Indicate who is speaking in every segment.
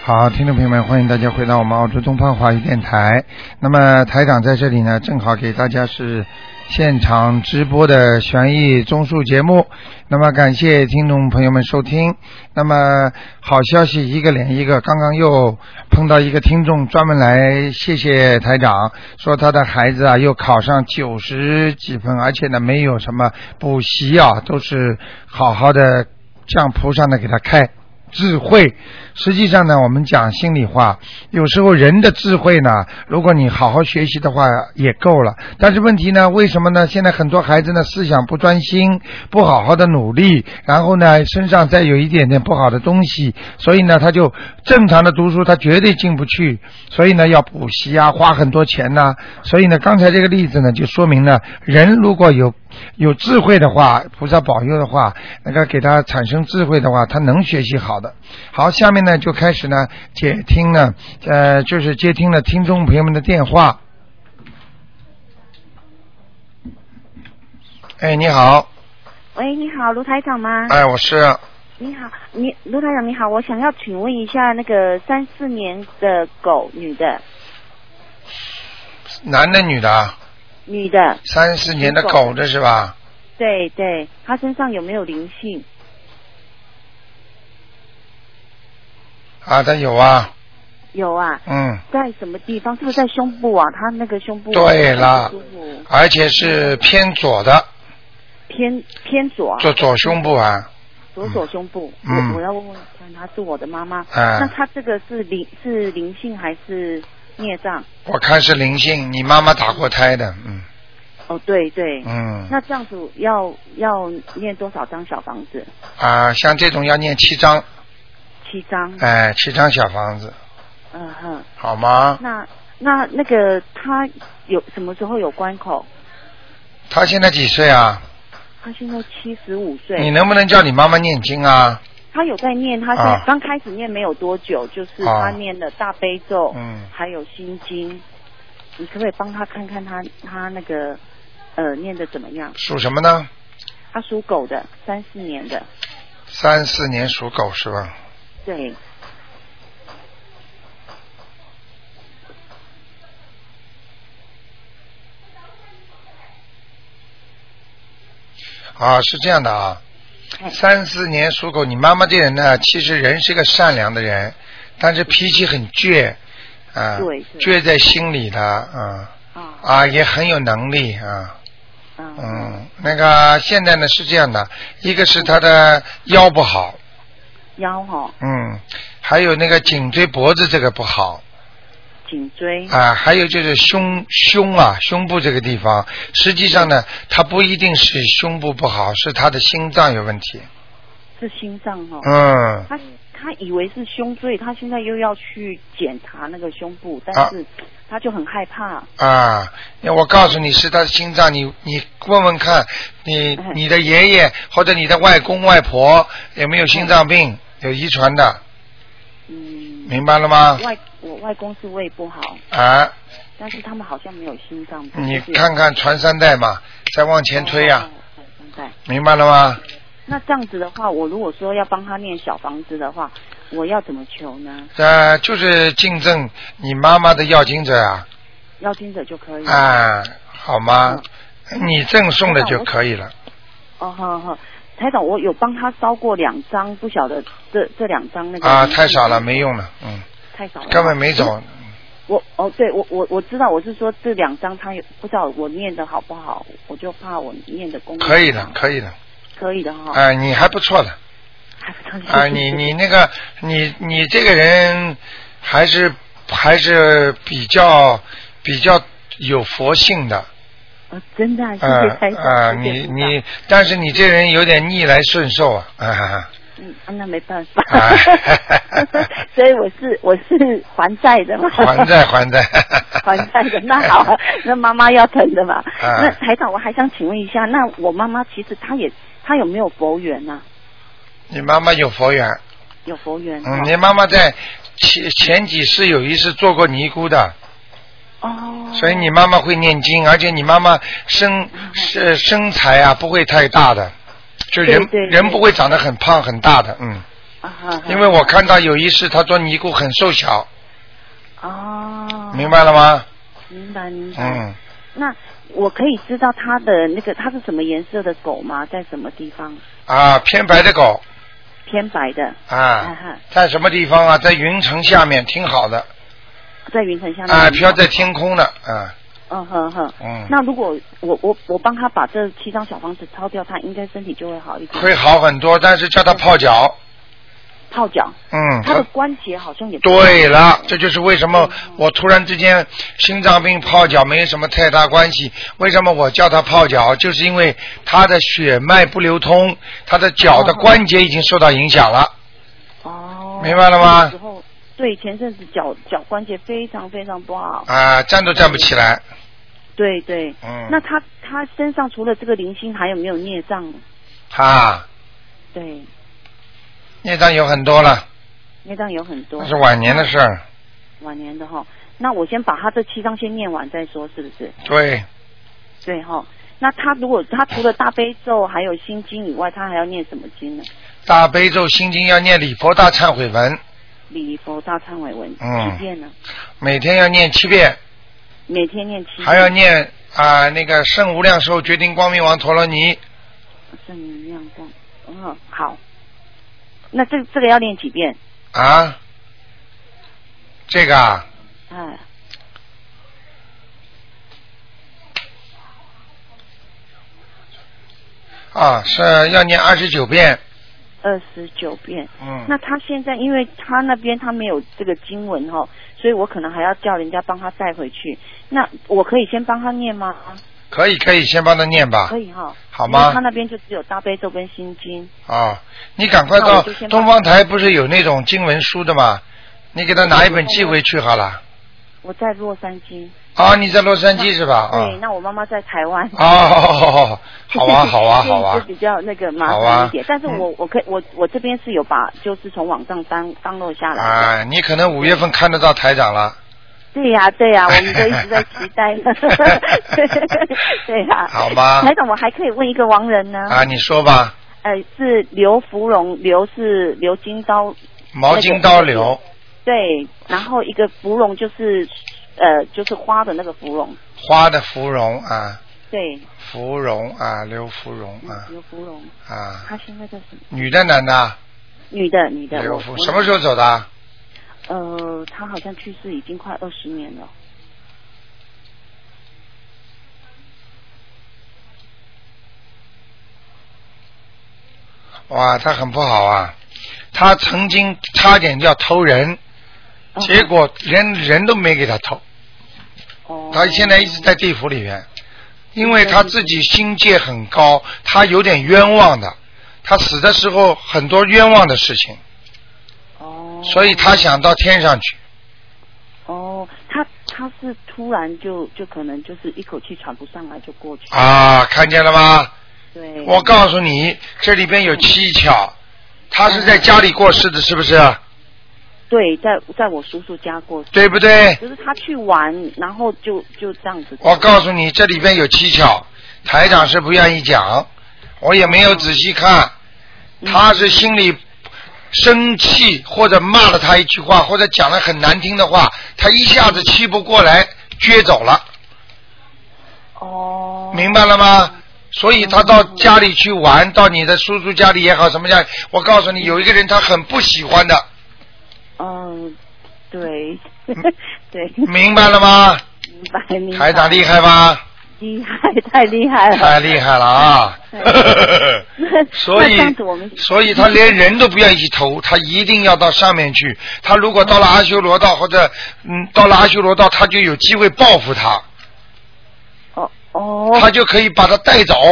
Speaker 1: 好，听众朋友们，欢迎大家回到我们澳洲东方华语电台。那么台长在这里呢，正好给大家是现场直播的悬疑综述节目。那么感谢听众朋友们收听。那么好消息一个连一个，刚刚又碰到一个听众专门来谢谢台长，说他的孩子啊又考上90几分，而且呢没有什么补习啊，都是好好的向菩萨呢给他开智慧。实际上呢，我们讲心里话，有时候人的智慧呢，如果你好好学习的话也够了。但是问题呢，为什么呢？现在很多孩子呢思想不专心，不好好的努力，然后呢身上再有一点点不好的东西，所以呢他就正常的读书他绝对进不去，所以呢要补习啊，花很多钱啊。所以呢刚才这个例子呢就说明了，人如果有智慧的话，菩萨保佑的话，那个给他产生智慧的话，他能学习好的。好，下面呢就开始呢接听了就是接听了听众朋友们的电话。哎，你好。
Speaker 2: 喂，你好，卢台长吗？
Speaker 1: 哎，我是。
Speaker 2: 你好，卢台长你好，我想要请问一下，那个34年的狗，女的。
Speaker 1: 男的女的？
Speaker 2: 女的。
Speaker 1: 34年的狗的是吧？
Speaker 2: 对对，她身上有没有灵性？
Speaker 1: 啊，他有啊。
Speaker 2: 有啊。
Speaker 1: 嗯。
Speaker 2: 在什么地方？是不是在胸部啊？他那个胸部。
Speaker 1: 对了。而且是偏左的。
Speaker 2: 偏左。
Speaker 1: 左胸部啊。
Speaker 2: 左胸部。我要问问看，她是我的妈妈。那她这个是灵性还是孽障？
Speaker 1: 我看是灵性，你妈妈打过胎的，嗯。
Speaker 2: 哦，对对。
Speaker 1: 嗯。
Speaker 2: 那这样子要念多少张小房子？
Speaker 1: 啊，像这种要念7张。
Speaker 2: 7张。
Speaker 1: 哎，7张小房子。
Speaker 2: 嗯哼。
Speaker 1: 好吗？
Speaker 2: 那个他什么时候有关口？
Speaker 1: 他现在几岁啊？
Speaker 2: 他现在75岁。
Speaker 1: 你能不能叫你妈妈念经啊？
Speaker 2: 他有在念，他刚开始念没有多久，就是他念的大悲咒，还有心经。你可不可以帮他看看他那个念的怎么样？
Speaker 1: 属什么呢？
Speaker 2: 他属狗的，34年的。
Speaker 1: 34年属狗是吧？
Speaker 2: 对。
Speaker 1: 啊，是这样的啊。34年属狗，你妈妈这人呢，其实人是个善良的人，但是脾气很倔，啊，倔在心里的，也很有能力啊。那个现在呢是这样的，一个是他的腰不好。
Speaker 2: 腰哈。
Speaker 1: 还有那个颈椎脖子这个不好。
Speaker 2: 颈椎。
Speaker 1: 还有就是胸部这个地方，实际上呢，它不一定是胸部不好，是他的心脏有问题。
Speaker 2: 是心脏
Speaker 1: 哦。
Speaker 2: 他以为是胸椎，他现在又要去检查那个胸部，但是他就很害怕。
Speaker 1: 我告诉你是他的心脏，你问问看，你的爷爷或者你的外公外婆有没有心脏病，有遗传的。明白了吗？
Speaker 2: 我外公是胃不好。但是他们好像没有心脏病。
Speaker 1: 你看看传3代嘛，再往前推呀。3代。明白了吗？
Speaker 2: 那这样子的话，我如果说要帮他念小房子的话，我要怎么求呢？
Speaker 1: 就是敬赠你妈妈的要经者啊。
Speaker 2: 要经者就可以。
Speaker 1: 好吗？你赠送的就可以了。
Speaker 2: 好。台长，我有帮他烧过2张，不晓得这2张那个。
Speaker 1: 太少了，没用了，
Speaker 2: 太少了，
Speaker 1: 根本没走。
Speaker 2: 对，我知道，我是说这2张他不知道我念的好不好，我就怕我念的功课。
Speaker 1: 可以的哈。你还不错的。
Speaker 2: 还不错。
Speaker 1: 你那个你这个人还是比较有佛性的。
Speaker 2: 真的，谢谢台长。
Speaker 1: 但是你这人有点逆来顺受啊。
Speaker 2: 那没办法。所以我是还债的嘛。还债。还债的，那好，那妈妈要疼的嘛。那台长，我还想请问一下，那我妈妈其实她有没有佛缘呢？
Speaker 1: 你妈妈有佛缘。
Speaker 2: 有佛缘。
Speaker 1: 你妈妈在前几世有一世做过尼姑的。所以你妈妈会念经，而且你妈妈身材不会太大的，就人不会长得很胖很大的。 因为我看到有一世他做尼姑很瘦小。
Speaker 2: 哦。
Speaker 1: 明白了吗？
Speaker 2: 明白。那我可以知道它的那个它是什么颜色的狗吗？在什么地方？
Speaker 1: 偏白的狗。
Speaker 2: 偏白的。
Speaker 1: 在什么地方啊？在云层下面，挺好的。
Speaker 2: 在云层下面。
Speaker 1: 飘在天空的。
Speaker 2: 那如果我帮他把这7张小房子抄掉，他应该身体就会好一点。
Speaker 1: 会好很多，但是叫他泡脚。
Speaker 2: 泡脚。他的关节好像也。
Speaker 1: 对了，这就是为什么我突然之间心脏病泡脚没什么太大关系。为什么我叫他泡脚？就是因为他的血脉不流通，他的脚的关节已经受到影响了。明白了吗？
Speaker 2: 对，前阵子脚关节非常非常不好。
Speaker 1: 站都站不起来。
Speaker 2: 对。那他身上除了这个灵性，还有没有孽障？对。
Speaker 1: 孽障有很多了。
Speaker 2: 孽障有很多。
Speaker 1: 那是晚年的事儿。
Speaker 2: 晚年的哈，那我先把他这7章先念完再说，是不是？
Speaker 1: 对。
Speaker 2: 对哈，那他如果他除了大悲咒还有心经以外，他还要念什么经呢？
Speaker 1: 大悲咒、心经要念礼佛大忏悔文。
Speaker 2: 礼佛大忏悔文几遍呢？
Speaker 1: 每天要念7遍。
Speaker 2: 每天念7遍。
Speaker 1: 还要念那个圣无量寿决定光明王陀罗尼。
Speaker 2: 圣无量光，好。那这个要念几遍？
Speaker 1: 这个是要念29遍。
Speaker 2: 29遍。那他现在因为他那边他没有这个经文所以我可能还要叫人家帮他带回去。那我可以先帮他念吗？可以先帮他念吧。可以好吗？因为他那边就只有大悲咒跟心经。
Speaker 1: 你赶快到东方台，不是有那种经文书的吗？你给他拿一本寄回去好了。
Speaker 2: 我在洛杉矶。
Speaker 1: 你在洛杉矶是吧？
Speaker 2: 对，那我妈妈在台湾。
Speaker 1: 好啊。
Speaker 2: 就比较那个麻烦一点，但是我这边是有把，就是从网上download下来。
Speaker 1: 你可能5月份看得到台长了。
Speaker 2: 对呀，我们都一直在期待呢。对呀。
Speaker 1: 好吧。
Speaker 2: 台长，我还可以问一个亡人呢。
Speaker 1: 你说吧。
Speaker 2: 是刘福荣，刘是刘金刀。
Speaker 1: 毛巾刀刘。
Speaker 2: 对，然后一个芙蓉就是花的那个芙蓉。
Speaker 1: 花的芙蓉
Speaker 2: 对。
Speaker 1: 芙蓉刘芙蓉
Speaker 2: 刘芙蓉他现在叫什么？
Speaker 1: 女的男的？
Speaker 2: 女的。
Speaker 1: 刘芙什么时候走的？
Speaker 2: 他好像去世已经快20年了。
Speaker 1: 哇，他很不好啊！他曾经差点要偷人，结果连人都没给他偷。他现在一直在地府里面，因为他自己心界很高，他有点冤枉的。他死的时候很多冤枉的事情。所以他想到天上去。
Speaker 2: 他是突然就可能就是一口气喘不上来就过去。
Speaker 1: 看见了吗？
Speaker 2: 对。
Speaker 1: 我告诉你，这里边有蹊跷。他是在家里过世的，是不是？
Speaker 2: 对，在我叔叔家过世。
Speaker 1: 对不对？
Speaker 2: 就是他去玩，然后就这样子。
Speaker 1: 我告诉你，这里边有蹊跷，台长是不愿意讲，我也没有仔细看。他是心里生气，或者骂了他一句话，或者讲了很难听的话，他一下子气不过来，撅走了。明白了吗？所以他到家里去玩，到你的叔叔家里也好，什么家里，我告诉你，有一个人他很不喜欢的。
Speaker 2: 对。对。
Speaker 1: 明白了吗？
Speaker 2: 明白。
Speaker 1: 台长厉害吧？
Speaker 2: 厉害，太厉害了。
Speaker 1: 太厉害了啊！所以他连人都不愿意去投，他一定要到上面去。他如果到了阿修罗道，或者到了阿修罗道，他就有机会报复他。他就可以把他带走。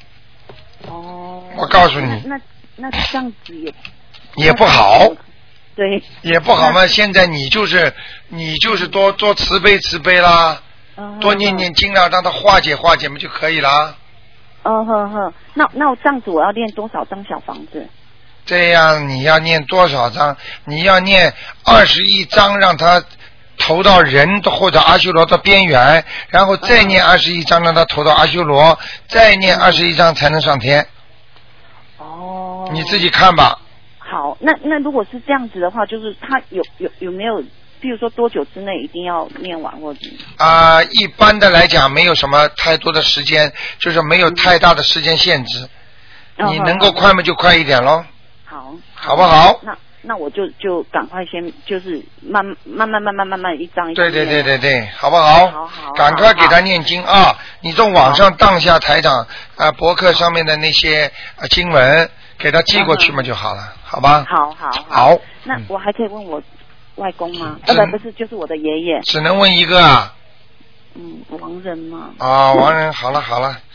Speaker 1: 我告诉你。
Speaker 2: 那这样子
Speaker 1: 也不好。
Speaker 2: 对。
Speaker 1: 也不好嘛。现在你就是多慈悲啦，多念念经啦，让他化解化解嘛就可以啦。
Speaker 2: 那我这样子我要念多少张小房子？
Speaker 1: 这样你要念多少张？你要念21张，让他投到人或者阿修罗的边缘，然后再念21章让他投到阿修罗，再念21章才能上天。你自己看吧。
Speaker 2: 好，那如果是这样子的话，就是他有没有，比如说多久之内一定要念完或者？
Speaker 1: 一般的来讲，没有什么太多的时间，就是没有太大的时间限制。你能够快嘛就快一点咯。好不好？
Speaker 2: 那我就赶快先就是慢慢一张一张。
Speaker 1: 对，好不好？
Speaker 2: 好，
Speaker 1: 赶快给他念经啊！你从网上当下台长博客上面的那些经文，给他寄过去嘛就好了，好吧？
Speaker 2: 好。那我还可以问我外公吗？不是，就是我的爷爷。
Speaker 1: 只能问一个啊。
Speaker 2: 亡人吗？
Speaker 1: 亡人，好了。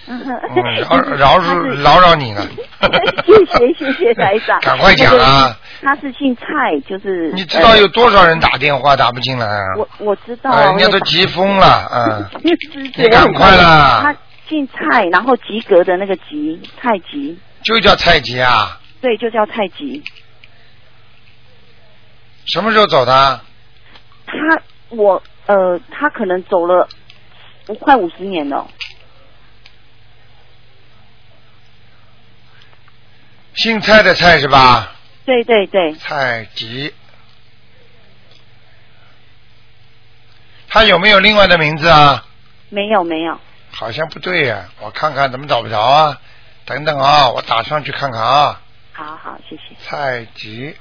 Speaker 1: 扰你了。
Speaker 2: 谢谢台长。
Speaker 1: 赶快讲啊！
Speaker 2: 他是姓蔡，就是
Speaker 1: 你知道有多少人打电话打不进来啊？
Speaker 2: 我知道，
Speaker 1: 人家都急疯了，你赶快啦！
Speaker 2: 他姓蔡，然后及格的那个及，蔡及，
Speaker 1: 就叫蔡及啊？
Speaker 2: 对，就叫蔡及。
Speaker 1: 什么时候走的？
Speaker 2: 他可能走了快50年了。
Speaker 1: 姓蔡的蔡是吧？
Speaker 2: 对。
Speaker 1: 蔡及，他有没有另外的名字啊？
Speaker 2: 没有。
Speaker 1: 好像不对呀，我看看怎么找不着啊？等等啊，我打上去看看啊。
Speaker 2: 好，谢谢。
Speaker 1: 蔡及，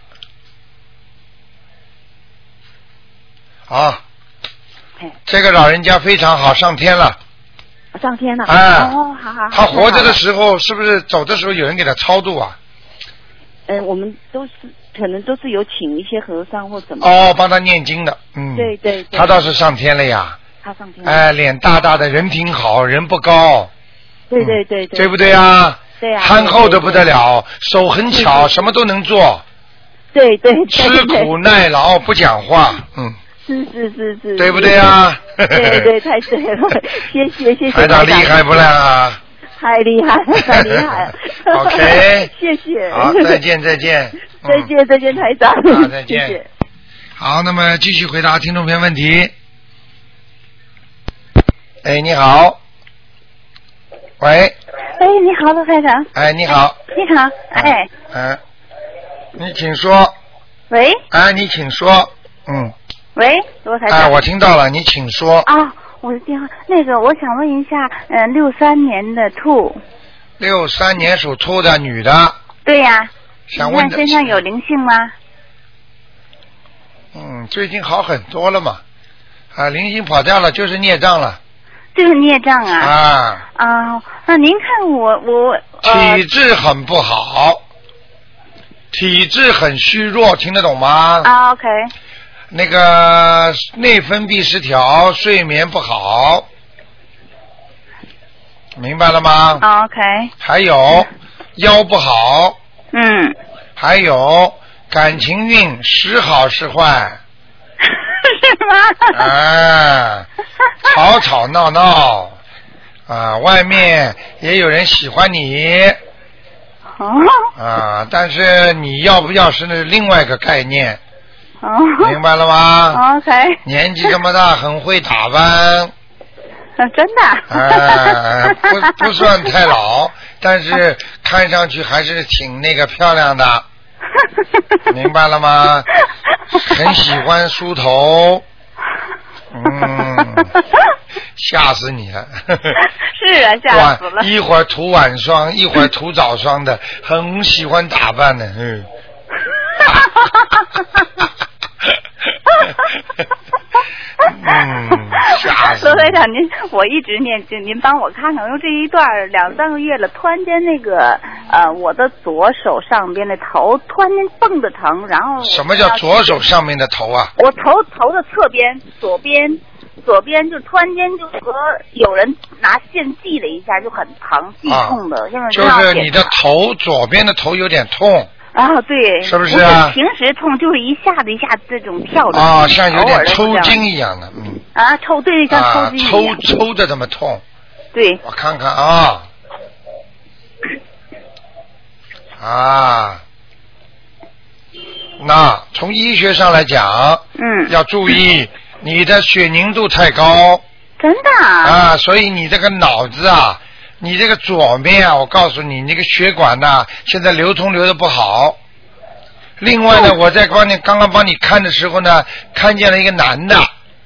Speaker 1: 这个老人家非常好，上天了。
Speaker 2: 上天了。
Speaker 1: 好。他活着的时候，
Speaker 2: 是
Speaker 1: 不是走的时候有人给他超度啊？
Speaker 2: 我们可能都是有请一些和尚或怎么。
Speaker 1: 帮他念经的。
Speaker 2: 对。
Speaker 1: 他倒是上天了呀。
Speaker 2: 他上天了。
Speaker 1: 脸大大的，人挺好，人不高。
Speaker 2: 对。
Speaker 1: 对不对啊？
Speaker 2: 对啊。
Speaker 1: 憨厚的不得了，手很巧，什么都能做。
Speaker 2: 对。
Speaker 1: 吃苦耐劳，不讲话。
Speaker 2: 是。
Speaker 1: 对不对啊？
Speaker 2: 对，太对了，谢谢。
Speaker 1: 台长厉害不啦啊？
Speaker 2: 太厉害了。
Speaker 1: OK。
Speaker 2: 谢谢。
Speaker 1: 好，再见。
Speaker 2: 再见，台长。
Speaker 1: 好，再见。谢谢。好，那么继续回答听众朋友问题。你好。喂。
Speaker 3: 你好，罗台长。
Speaker 1: 你好。
Speaker 3: 你好。
Speaker 1: 你请说。
Speaker 3: 喂。
Speaker 1: 你请说。
Speaker 3: 喂，罗台长。
Speaker 1: 我听到了，你请说。
Speaker 3: 我的电话，我想问一下，63年的兔。
Speaker 1: 63年属兔的女的。
Speaker 3: 对呀。
Speaker 1: 想问
Speaker 3: 身上有灵性吗？
Speaker 1: 最近好很多了嘛。灵性跑掉了，就是孽障了。
Speaker 3: 就是孽障啊。那您看我
Speaker 1: 体质很不好，体质很虚弱，听得懂吗
Speaker 3: ？OK。
Speaker 1: 那个内分泌失调，睡眠不好，明白了吗
Speaker 3: ？OK。
Speaker 1: 还有腰不好。还有感情运时好时坏。
Speaker 3: 是吗？
Speaker 1: 吵闹外面也有人喜欢你。但是你要不要是那另外一个概念。明白了吗
Speaker 3: ？OK。
Speaker 1: 年纪这么大，很会打扮。
Speaker 3: 真的？
Speaker 1: 不算太老，但是看上去还是挺那个漂亮的。明白了吗？很喜欢梳头。吓死你了。
Speaker 3: 是啊，吓死了。
Speaker 1: 一会儿涂晚霜，一会儿涂早霜的，很喜欢打扮的。吓死！
Speaker 3: 罗台长，我一直念经，您帮我看看，用这一段2-3个月了，突然间我的左手上边的头突然间蹦的疼，然后
Speaker 1: 什么叫左手上面的头啊？
Speaker 3: 我头的侧边，左边就突然间就和有人拿线系了一下，就很疼，剧痛的，
Speaker 1: 就是你的头左边的头有点痛。
Speaker 3: 对，
Speaker 1: 是不是啊？
Speaker 3: 平时痛就是一下子这种跳的。
Speaker 1: 像有点抽筋一样的。
Speaker 3: 对，像抽筋一样。
Speaker 1: 抽的这么痛。
Speaker 3: 对。
Speaker 1: 我看看啊。那从医学上来讲，要注意你的血凝度太高。
Speaker 3: 真的？
Speaker 1: 所以你这个脑子你这个左面我告诉你，那个血管现在流通流的不好。 另外呢，我在刚刚帮你看的时候呢，看见了一个男的。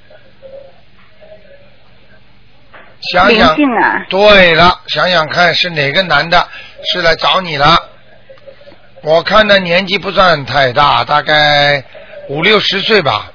Speaker 1: 想想，对了，想想看是哪个男的是来找你了？我看的年纪不算太大，大概50-60岁吧。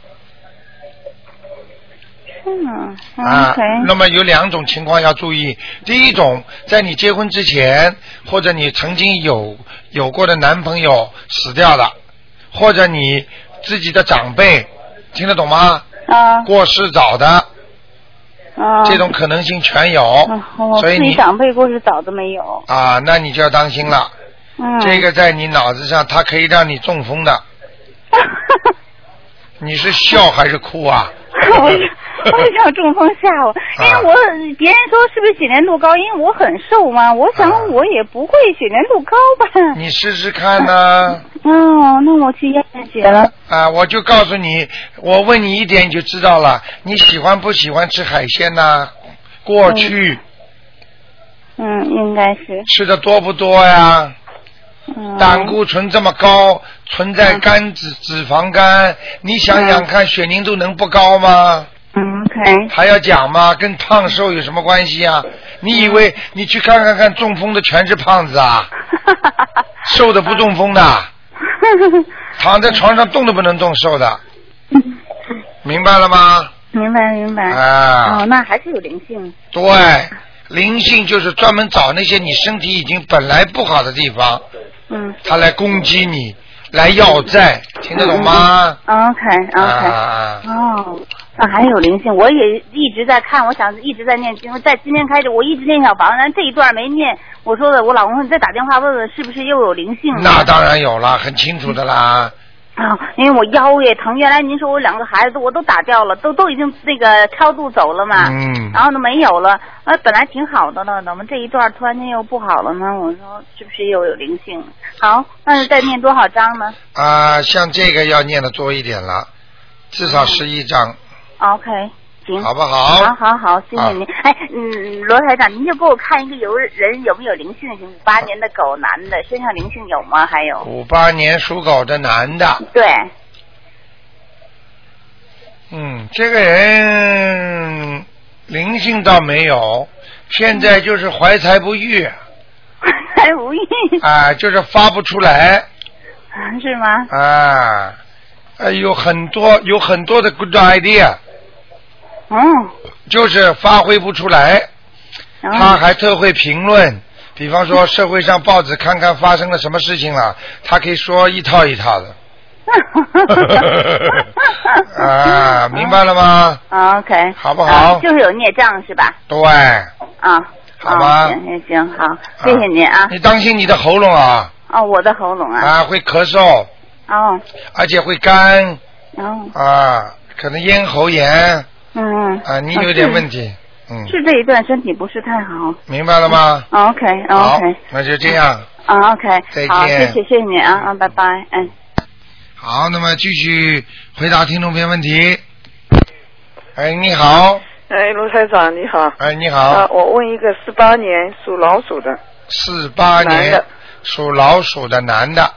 Speaker 1: 那么有2种情况要注意。第一种，在你结婚之前，或者你曾经有过的男朋友死掉了，或者你自己的长辈，听得懂吗？过世早的。这种可能性全有，所以你
Speaker 2: 长辈过世早都没有
Speaker 1: 啊，那你就要当心了。这个在你脑子上，它可以让你中风的。你是笑还是哭啊？
Speaker 2: 我想中风吓我，因为别人说是不是血粘度高？因为我很瘦嘛，我想我也不会血粘度高吧。
Speaker 1: 你试试看呢。
Speaker 2: 那我去验血了。
Speaker 1: 我就告诉你，我问你一点你就知道了。你喜欢不喜欢吃海鲜呢？过去。
Speaker 2: 应该是。
Speaker 1: 吃的多不多呀？胆固醇这么高，存在脂肪肝，你想想看，血凝度能不高吗
Speaker 2: ？OK。
Speaker 1: 还要讲吗？跟胖瘦有什么关系啊？你以为你去看中风的全是胖子啊？瘦的不中风的，躺在床上动都不能动，瘦的。明白了吗？
Speaker 2: 明白。那还是有灵性。
Speaker 1: 对，灵性就是专门找那些你身体已经本来不好的地方，他来攻击你，来要债，听得懂吗
Speaker 2: ？OK。还有灵性，我也一直在看，我想一直在念经，在今天开始我一直念小房子，这一段没念，我说的我老公说你再打电话问问是不是又有灵性了。
Speaker 1: 那当然有了，很清楚的啦。
Speaker 2: 因为我腰也疼，原来您说我2个孩子我都打掉了，都已经那个超度走了嘛，然后呢没有了，本来挺好的了，怎么这一段突然间又不好了呢？我说是不是又有灵性？好，那再念多少章呢？
Speaker 1: 像这个要念的多一点了，至少11章。
Speaker 2: OK， 行，
Speaker 1: 好不好？
Speaker 2: 好，谢谢您。罗台长，您就给我看一个人有没有灵性行？58年的狗男的，身上灵性有吗？还有
Speaker 1: 58年属狗的男的。
Speaker 2: 对。
Speaker 1: 这个人灵性倒没有，现在就是怀才不遇。
Speaker 2: 怀才不遇。
Speaker 1: 就是发不出来。
Speaker 2: 是吗？
Speaker 1: 有很多的 good idea。就是发挥不出来，他还特会评论，比方说社会上报纸看看发生了什么事情了，他可以说一套一套的。明白了吗
Speaker 2: ？OK，
Speaker 1: 好不好？
Speaker 2: 就是有孽障是吧？
Speaker 1: 对。好
Speaker 2: 吧。行，好，谢谢您啊。
Speaker 1: 你当心你的喉咙啊。
Speaker 2: 我的喉咙啊。
Speaker 1: 会咳嗽。而且会干。可能咽喉炎。你有点问题。
Speaker 2: 是这一段身体不是太好。
Speaker 1: 明白了吗
Speaker 2: ？OK，
Speaker 1: 好，那就这样。
Speaker 2: OK，
Speaker 1: 再见。
Speaker 2: 好，谢谢你啊，拜拜。
Speaker 1: 好，那么继续回答听众朋友问题。你好。
Speaker 4: 卢台长你好。
Speaker 1: 你好。
Speaker 4: 我问一个18年属老鼠的。
Speaker 1: 18年属老鼠的男的。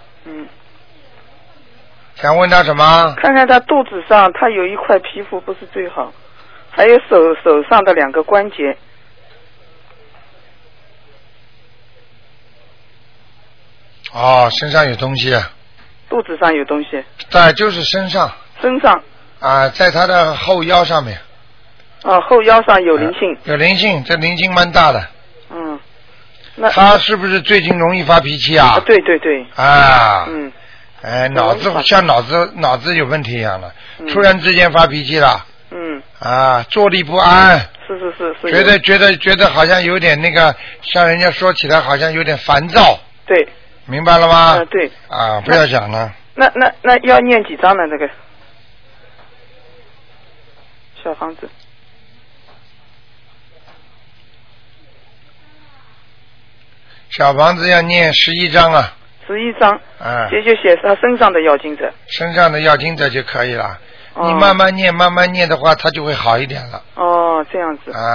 Speaker 1: 想问他什么？
Speaker 4: 看看他肚子上，他有一块皮肤不是最好，还有手上的2个关节。
Speaker 1: 身上有东西。
Speaker 4: 肚子上有东西。
Speaker 1: 就是身上。在他的后腰上面。
Speaker 4: 后腰上有灵性。
Speaker 1: 有灵性，这灵性蛮大的。
Speaker 4: 那
Speaker 1: 他是不是最近容易发脾气啊？
Speaker 4: 对。
Speaker 1: 脑子有问题一样的，突然之间发脾气了。坐立不安。
Speaker 4: 是。
Speaker 1: 觉得好像有点那个，像人家说起来好像有点烦躁。
Speaker 4: 对。
Speaker 1: 明白了吗？
Speaker 4: 对。
Speaker 1: 不要讲了。
Speaker 4: 那要念几张呢？这个小房子。
Speaker 1: 小房子要念11章啊。
Speaker 4: 11章。就写他身上的要经者。身
Speaker 1: 上的要经者就可以了。你慢慢念的话，它就会好一点了。
Speaker 4: 这样子。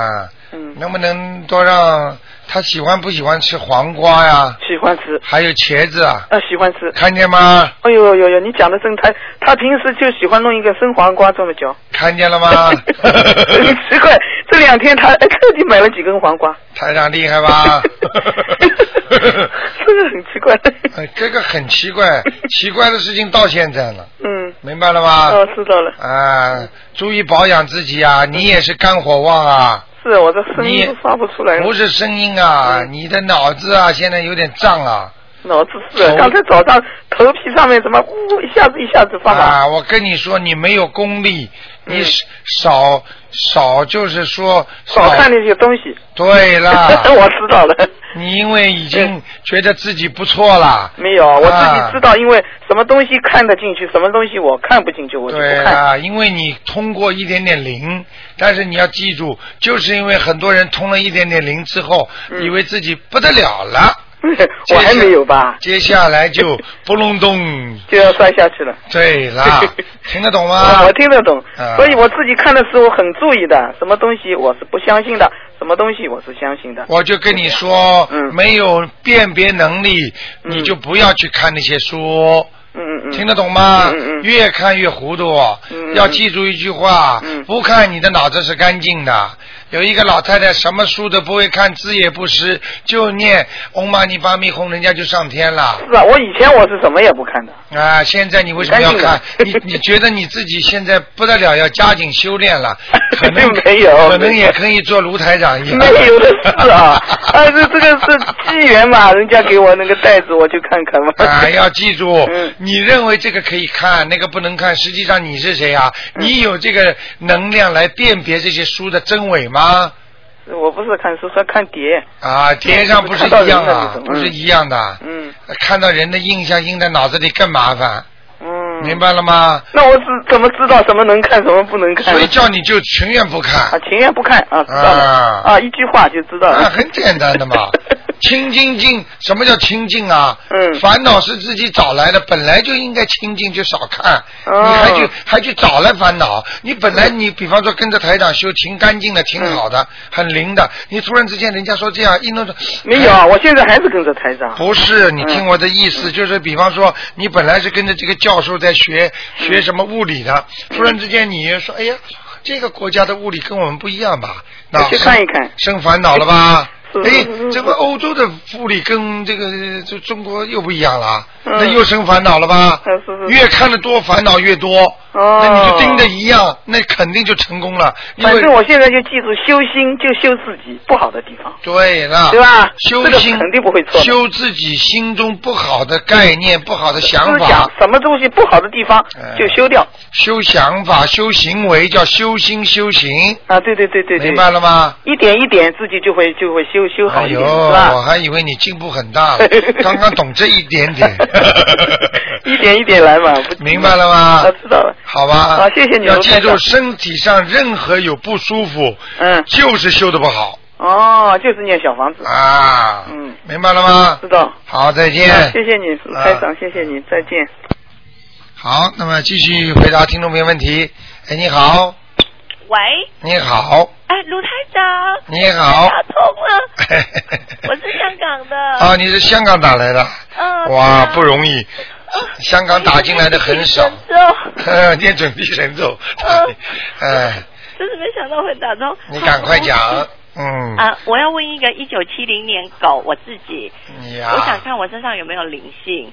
Speaker 1: 能不能多让他喜欢不喜欢吃黄瓜呀？
Speaker 4: 喜欢吃。还
Speaker 1: 有茄子啊？
Speaker 4: 喜欢吃。
Speaker 1: 看见吗？
Speaker 4: 哎呦呦呦，你讲的真他平时就喜欢弄一个生黄瓜这么嚼。
Speaker 1: 看见了吗？
Speaker 4: 很奇怪，这2天他特地买了几根黄瓜。
Speaker 1: 台长厉害吧？
Speaker 4: 这个很奇怪。
Speaker 1: 这个很奇怪，奇怪的事情到现在了。明白了吗？
Speaker 4: 知道了。
Speaker 1: 注意保养自己啊！你也是肝火旺啊。
Speaker 4: 是我的声音都发不出来。
Speaker 1: 不是声音啊，你的脑子啊，现在有点胀啊。
Speaker 4: 脑子是，刚才早上头皮上面怎么一下子发麻。
Speaker 1: 我跟你说，你没有功力，你少就是说
Speaker 4: 少看那些东西。
Speaker 1: 对了。
Speaker 4: 我知道了。
Speaker 1: 你因为已经觉得自己不错了。
Speaker 4: 没有，我自己知道，因为什么东西看得进去，什么东西我看不进去，我就不看。
Speaker 1: 对啊，因为你通过一点点灵，但是你要记住，就是因为很多人通了一点点灵之后，以为自己不得了了。
Speaker 4: 我还没有吧？
Speaker 1: 接下来就不隆咚
Speaker 4: 就要摔下去了。
Speaker 1: 对啦，听得懂吗？
Speaker 4: 我听得懂，所以我自己看的时候很注意的，什么东西我是不相信的，什么东西我是相信的。
Speaker 1: 我就跟你说，没有辨别能力，你就不要去看那些书。听得懂吗？越看越糊涂。要记住一句话，不看你的脑子是干净的。有一个老太太什么书都不会看，字也不识，就念嗡嘛呢叭咪吽，人家就上天了。
Speaker 4: 是啊，我以前我是什么也不看的。
Speaker 1: 现在你为什么要看？你觉得你自己现在不得了，要加紧修炼了，可能
Speaker 4: 没有，
Speaker 1: 可能也可以做卢台长一样。
Speaker 4: 没有的事啊，这个是机缘嘛，人家给我那个袋子，我就看看嘛。
Speaker 1: 要记住，你认为这个可以看，那个不能看，实际上你是谁啊？你有这个能量来辨别这些书的真伪吗？
Speaker 4: 我不是看书，是看碟。
Speaker 1: 碟上不是一样啊，不是一样的。看到人的印象印在脑子里更麻烦。明白了吗？
Speaker 4: 那我怎么知道什么能看，什么不能看？
Speaker 1: 所以叫你就情愿不看。
Speaker 4: 情愿不看啊，知道了。一句话就知道了。
Speaker 1: 很简单的嘛。清净，什么叫清净啊？烦恼是自己找来的，本来就应该清净，就少看。你还去找来烦恼？你本来你比方说跟着台长修，挺干净的，挺好的，很灵的。你突然之间人家说这样一弄着，
Speaker 4: 没有啊，我现在还是跟着台长。
Speaker 1: 不是，你听我的意思，就是比方说你本来是跟着这个教授在学什么物理的，突然之间你说，哎呀，这个国家的物理跟我们不一样吧？那
Speaker 4: 去看一看，
Speaker 1: 生烦恼了吧？这个欧洲的物理跟这个中国又不一样了，那又生烦恼了吧？越看得多，烦恼越多。那你就盯着一样，那肯定就成功了。
Speaker 4: 反正我现在就记住，修心就修自己不好的地方。
Speaker 1: 对了，
Speaker 4: 对吧？
Speaker 1: 修心
Speaker 4: 肯定不会错。
Speaker 1: 修自己心中不好的概念、不好的想法，
Speaker 4: 思想什么东西不好的地方就修掉。
Speaker 1: 修想法、修行为叫修心修行。
Speaker 4: 对，
Speaker 1: 明白了吗？
Speaker 4: 一点一点自己就会修好一点，是吧？
Speaker 1: 我还以为你进步很大了，刚刚懂这一点点。
Speaker 4: 一点一点来嘛，
Speaker 1: 明白了吗？
Speaker 4: 我知道了。
Speaker 1: 好吧，
Speaker 4: 谢谢你。
Speaker 1: 要记住，身体上任何有不舒服，就是修的不好。
Speaker 4: 就是念小房子
Speaker 1: 啊。明白了吗？
Speaker 4: 知道。
Speaker 1: 好，再见。
Speaker 4: 谢谢你，台长，谢谢你，再见。
Speaker 1: 好，那么继续回答听众朋友问题。你好。
Speaker 5: 喂。
Speaker 1: 你好。
Speaker 5: 卢台长。
Speaker 1: 你好。
Speaker 5: 打通了。我是香港的。
Speaker 1: 你是香港打来的。哇，不容易。香港打进来的很少，念准提神咒，
Speaker 5: 真是没想到会打通。
Speaker 1: 你赶快讲。
Speaker 5: 我要问一个1970年狗，我自己，我想看我身上有没有灵性。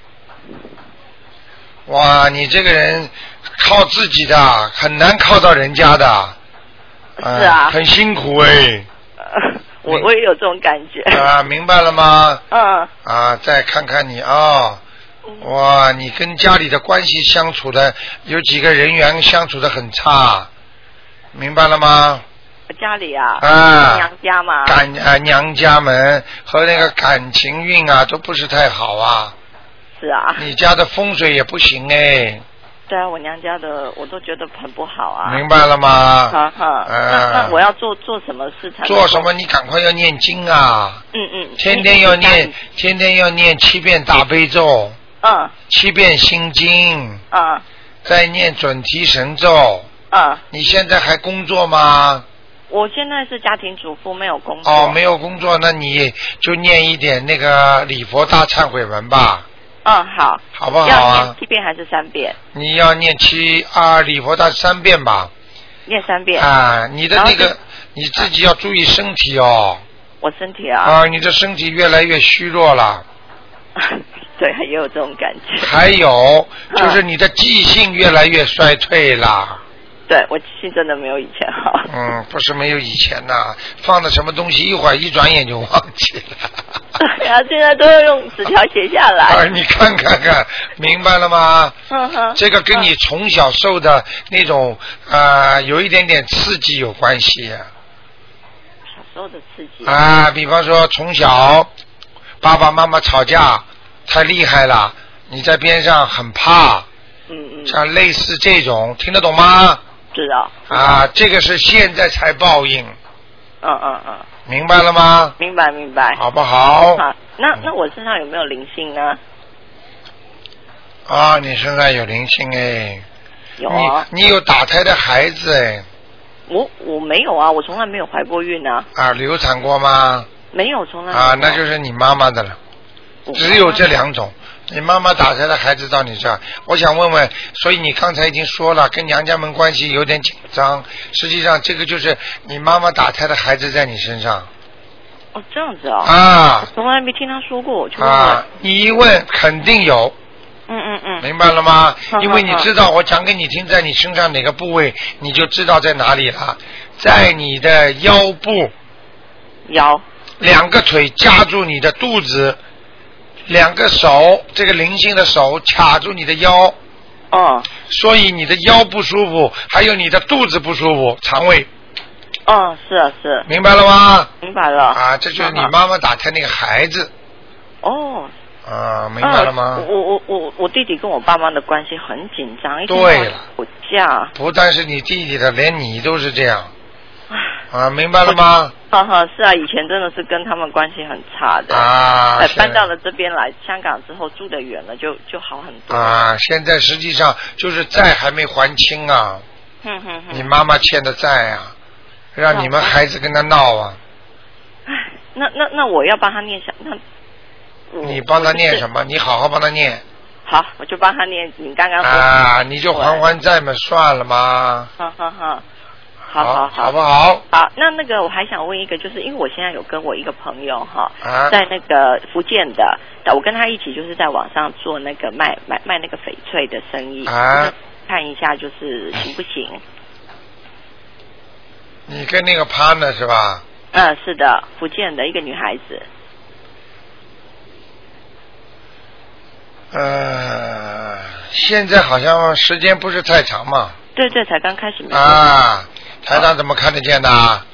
Speaker 1: 哇，你这个人靠自己的，很难靠到人家的。
Speaker 5: 是啊。
Speaker 1: 很辛苦
Speaker 5: 我也有这种感觉。
Speaker 1: 明白了吗？再看看你哇，你跟家里的关系相处的有几个人员相处的很差，明白了吗？
Speaker 5: 家里啊，娘家嘛，
Speaker 1: 娘家们和那个感情运都不是太好啊。
Speaker 5: 是啊。
Speaker 1: 你家的风水也不行
Speaker 5: 对啊，我娘家的我都觉得很不好啊。
Speaker 1: 明白了吗？
Speaker 5: 那我要做什么事才？
Speaker 1: 做什么？你赶快要念经啊！天天要念7遍大悲咒。7遍心经。
Speaker 5: 再
Speaker 1: 念准提神咒。你现在还工作吗？
Speaker 5: 我现在是家庭主妇，没有工作。
Speaker 1: 没有工作，那你就念一点那个礼佛大忏悔文吧。
Speaker 5: 好。
Speaker 1: 好不好啊？
Speaker 5: 要念7遍还是3遍？
Speaker 1: 你要念礼佛大3遍吧。
Speaker 5: 念3遍。
Speaker 1: 你的那个你自己要注意身体哦。
Speaker 5: 我身体啊。
Speaker 1: 你的身体越来越虚弱了。
Speaker 5: 对，也有这种感觉。
Speaker 1: 还有就是你的记性越来越衰退了。
Speaker 5: 对，我记性真的没有以前好。
Speaker 1: 不是没有以前呐，放的什么东西一会儿一转眼就忘记了。
Speaker 5: 对啊，现在都要用纸条写下来。
Speaker 1: 你看，明白了吗？这个跟你从小受的那种有一点点刺激有关系。
Speaker 5: 小时候的刺激。
Speaker 1: 比方说从小爸爸妈妈吵架太厉害了，你在边上很怕。像类似这种，听得懂吗？
Speaker 5: 知道。
Speaker 1: 这个是现在才报应。明白了吗？
Speaker 5: 明白。
Speaker 1: 好不好？
Speaker 5: 好，那我身上有没有灵性呢？
Speaker 1: 你身上有灵性哎。
Speaker 5: 有啊。
Speaker 1: 你有打胎的孩子哎。
Speaker 5: 我没有啊，我从来没有怀过孕啊。
Speaker 1: 流产过吗？
Speaker 5: 没有，从来没有。
Speaker 1: 那就是你妈妈的了。只有这2种。你妈妈打胎的孩子到你这儿，我想问问，所以你刚才已经说了，跟娘家们关系有点紧张，实际上这个就是你妈妈打胎的孩子在你身上。
Speaker 5: 这样子我从来没听他说过，我就问
Speaker 1: 你一问肯定有。明白了吗？因为你知道我讲给你听，在你身上哪个部位，你就知道在哪里了，在你的腰部。
Speaker 5: 腰。
Speaker 1: 2个腿夹住你的肚子。2个手，这个灵性的手卡住你的腰，所以你的腰不舒服，还有你的肚子不舒服，肠胃。
Speaker 5: 是。
Speaker 1: 明白了吗？
Speaker 5: 明白了。
Speaker 1: 这就是你妈妈打胎那个孩子。明白了吗？
Speaker 5: 我弟弟跟我爸妈的关系很紧张，
Speaker 1: 对了，
Speaker 5: 吵架。
Speaker 1: 不但是你弟弟的，连你都是这样。明白了吗？
Speaker 5: 是啊，以前真的是跟他们关系很差的。搬到了这边来，香港之后住得远了，就好很多。
Speaker 1: 现在实际上就是债还没还清啊。你妈妈欠的债啊，让你们孩子跟他闹啊。
Speaker 5: 那我要帮他念
Speaker 1: 你帮他念什么？你好好帮他念。
Speaker 5: 好，我就帮他念你刚刚说。
Speaker 1: 你就还债嘛，算了嘛。
Speaker 5: 好，
Speaker 1: 好不好？
Speaker 5: 好，那个我还想问一个，就是因为我现在有跟我一个朋友在那个福建的，我跟他一起就是在网上做那个卖那个翡翠的生意，看一下就是行不行？
Speaker 1: 你跟那个 partner 是吧？
Speaker 5: 是的，福建的一个女孩子。
Speaker 1: 现在好像时间不是太长嘛。
Speaker 5: 对，才刚开始。
Speaker 1: 台长怎么看得见的？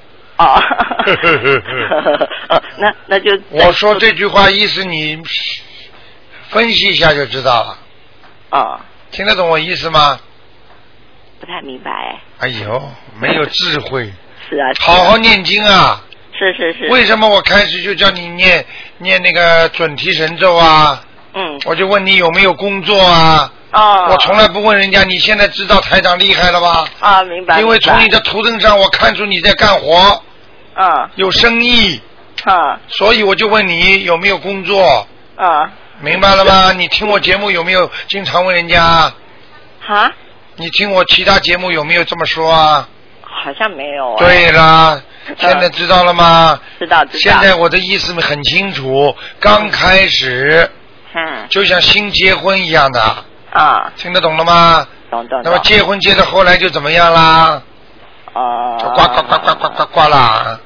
Speaker 5: 那就
Speaker 1: 我说这句话意思你分析一下就知道了。听得懂我意思吗？
Speaker 5: 不太明白。
Speaker 1: 哎呦，没有智慧。
Speaker 5: 是啊。
Speaker 1: 好好念经啊。
Speaker 5: 是。
Speaker 1: 为什么我开始就叫你念那个准提神咒啊？我就问你有没有工作啊？我从来不问人家，你现在知道台长厉害了吧？
Speaker 5: 明白。
Speaker 1: 因为从你的图腾上我看出你在干活。有生意。所以我就问你有没有工作。明白了吗？你听我节目有没有经常问人家？你听我其他节目有没有这么说啊？
Speaker 5: 好像没有。
Speaker 1: 对啦，现在知道了吗？
Speaker 5: 知道。
Speaker 1: 现在我的意思很清楚，刚开始。就像新结婚一样的。听得懂了吗？
Speaker 5: 懂。
Speaker 1: 那么结婚结到后来就怎么样啦？就呱啦。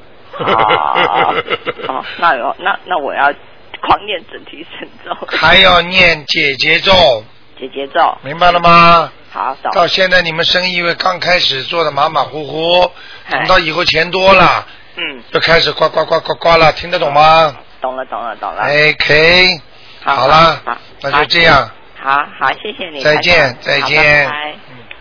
Speaker 5: 那我要狂念准提神咒。
Speaker 1: 还要念解结咒。明白了吗？
Speaker 5: 好。
Speaker 1: 到现在你们生意刚开始做的马马虎虎，等到以后钱多了，就开始呱了，听得懂吗？
Speaker 5: 懂了。
Speaker 1: OK。好了，那就这样。
Speaker 5: 好，谢谢你。
Speaker 1: 再见。
Speaker 5: 拜。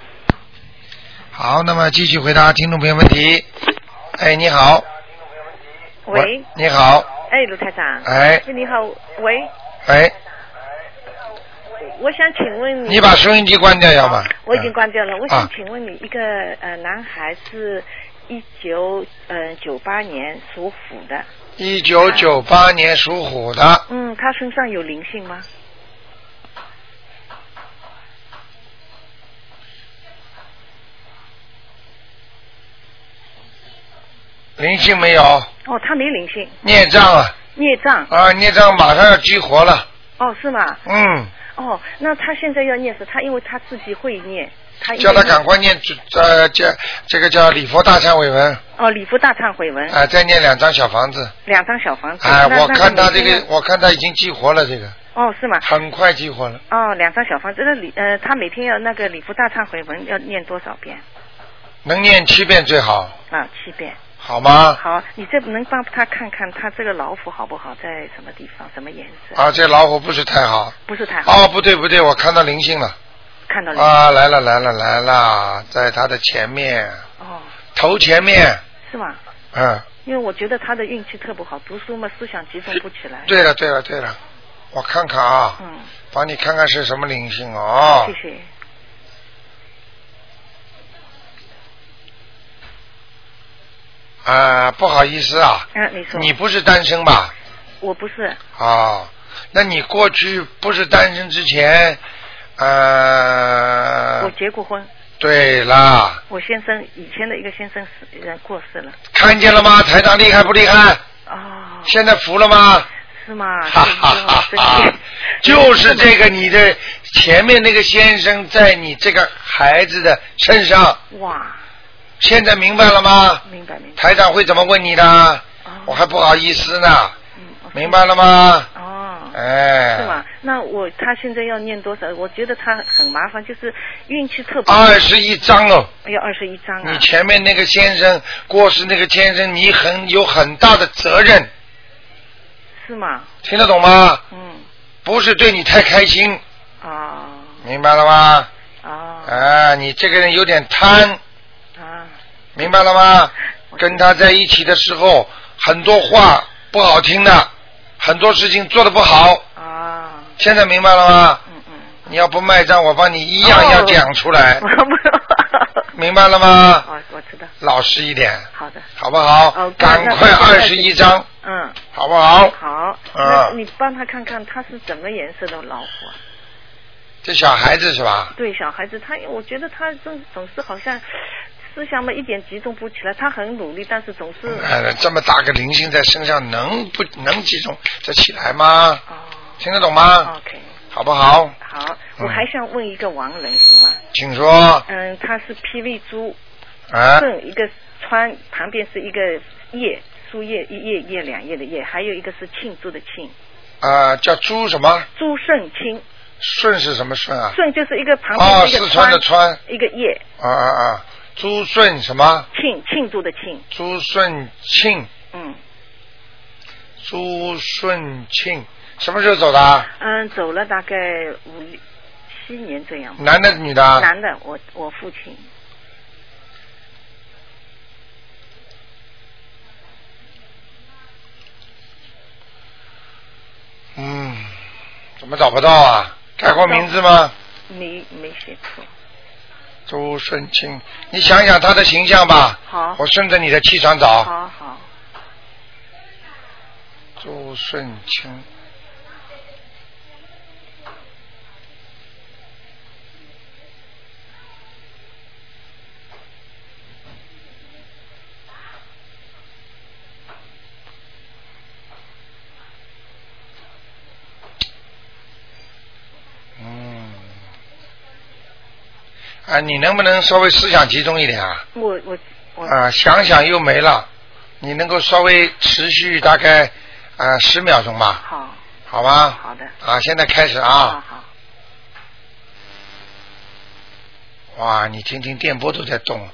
Speaker 1: 好，那么继续回答听众朋友问题。你好。
Speaker 6: 喂。
Speaker 1: 你好。
Speaker 6: 卢台长。你好，
Speaker 1: 喂。
Speaker 6: 我想请问你。
Speaker 1: 你把收音机关掉要吗？
Speaker 6: 我已经关掉了。我想请问你，一个男孩是 1998年属虎的。
Speaker 1: 1998年属虎的。
Speaker 6: 他身上有灵性吗？
Speaker 1: 灵性没有。
Speaker 6: 哦，他没灵性。
Speaker 1: 孽障啊。
Speaker 6: 孽障。
Speaker 1: 啊，孽障马上要激活了。
Speaker 6: 哦，是吗？
Speaker 1: 哦，
Speaker 6: 那他现在要念是他，因为他自己会念，
Speaker 1: 叫他赶快念这个叫礼佛大忏悔文。
Speaker 6: 哦，礼佛大忏悔文。
Speaker 1: 再念2张小房子。
Speaker 6: 2张小房子。
Speaker 1: 我看他这个，我看他已经激活了这个。
Speaker 6: 哦，是吗？很
Speaker 1: 快激活了。
Speaker 6: 哦，2张小房子，他每天要那个礼佛大忏悔文要念多少遍？
Speaker 1: 能念7遍最好。
Speaker 6: 7遍。
Speaker 1: 好吗？
Speaker 6: 好，你这能帮他看看他这个老虎好不好，在什么地方，什么颜色？
Speaker 1: 这老虎不是太好。
Speaker 6: 不是太好。
Speaker 1: 不对，我看到灵性了。
Speaker 6: 看到灵性。
Speaker 1: 来了，在他的前面。头前面。
Speaker 6: 是吗？因为我觉得他的运气特不好，读书嘛思想集中不起来。对了，
Speaker 1: 我看看啊。帮你看看是什么灵性哦。
Speaker 6: 谢谢。
Speaker 1: 不好意思啊。
Speaker 6: 你说。
Speaker 1: 你不是单身吧？
Speaker 6: 我不是。
Speaker 1: 那你过去不是单身之前，
Speaker 6: 我结过婚。
Speaker 1: 对啦。
Speaker 6: 我先生以前的一个先生过世了。
Speaker 1: 看见了吗？台长厉害不厉害？现在服了吗？
Speaker 6: 是吗？
Speaker 1: 哈哈哈！就是这个你的前面那个先生在你这个孩子的身上。
Speaker 6: 哇！
Speaker 1: 现在明白了吗？
Speaker 6: 明白。
Speaker 1: 台长会怎么问你的？我还不好意思呢。明白了吗？
Speaker 6: 是吗？那他现在要念多少？我觉得他很麻烦，就是运气特别。
Speaker 1: 21张哦。
Speaker 6: 要21张啊！
Speaker 1: 你前面那个先生过世，那个先生你有很大的责任。
Speaker 6: 是吗？
Speaker 1: 听得懂吗？不是对你太开心。明白了吗？你这个人有点贪。明白了吗？跟他在一起的时候，很多话不好听的，很多事情做得不好。现在明白了吗？你要不卖账，我帮你一样要讲出来。明白了吗？
Speaker 6: 我知道。
Speaker 1: 老实一点。
Speaker 6: 好的。
Speaker 1: 好不好？赶快21张。好不好？
Speaker 6: 好。那你帮他看看，他是什么颜色的老虎啊？
Speaker 1: 这小孩子是吧？
Speaker 6: 对，小孩子，我觉得他总是好像思想嘛一点集中不起来，他很努力，但是总是。
Speaker 1: 这么大个灵性在身上，能集中得起来吗？听得懂吗
Speaker 6: ？OK。
Speaker 1: 好不好？
Speaker 6: 好，我还想问一个亡人，行吗？
Speaker 1: 请说。
Speaker 6: 他是霹雳猪，一个川旁边是一个叶，树叶一叶2叶的叶，还有一个是庆祝的庆。
Speaker 1: 叫朱什么？
Speaker 6: 朱顺清。
Speaker 1: 顺是什么顺啊？
Speaker 6: 顺就是一个旁边一个
Speaker 1: 四川的川，
Speaker 6: 一个叶。
Speaker 1: 朱顺什么？
Speaker 6: 庆祝的庆。
Speaker 1: 朱顺庆。朱顺庆什么时候走的？
Speaker 6: 走了大概5、7年这样。
Speaker 1: 男的女的？
Speaker 6: 男的，我父亲。
Speaker 1: 怎么找不到啊？改过名字吗？
Speaker 6: 没写错。
Speaker 1: 朱顺清，你想想他的形象吧。
Speaker 6: 好。
Speaker 1: 我顺着你的气场找。
Speaker 6: 好。
Speaker 1: 朱顺清。你能不能稍微思想集中一点啊？
Speaker 6: 我
Speaker 1: 想想又没了，你能够稍微持续大概10秒钟吧？好吧？
Speaker 6: 好的。
Speaker 1: 现在开始啊。
Speaker 6: 好。
Speaker 1: 哇，你听听电波都在动。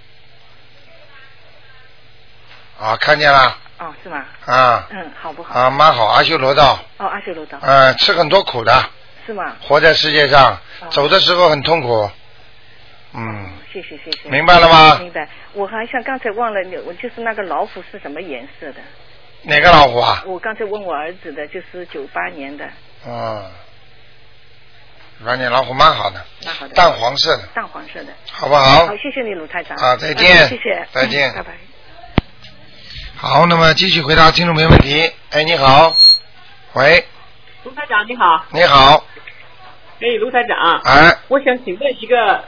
Speaker 1: 看见了。
Speaker 6: 是吗？好不好？
Speaker 1: 蛮好，阿修罗道。
Speaker 6: 阿修罗道。
Speaker 1: 吃很多苦的。
Speaker 6: 是吗？
Speaker 1: 活在世界上，走的时候很痛苦。
Speaker 6: 谢谢。
Speaker 1: 明白了吗？
Speaker 6: 明白。我还想刚才忘了，我就是那个老虎是什么颜色的？
Speaker 1: 哪个老虎啊？
Speaker 6: 我刚才问我儿子的，就是98年的。
Speaker 1: 软点老虎蛮好的，淡黄色的，
Speaker 6: 淡黄色的，
Speaker 1: 好不好？
Speaker 6: 好，谢谢你卢台长。
Speaker 1: 好，再见。
Speaker 6: 谢谢，
Speaker 1: 再见，
Speaker 6: 拜拜。
Speaker 1: 好，那么继续回答听众没问题。哎，你好，喂，
Speaker 7: 卢台长你好。
Speaker 1: 你好。
Speaker 7: 哎，卢台长。
Speaker 1: 哎。
Speaker 7: 我想请问一个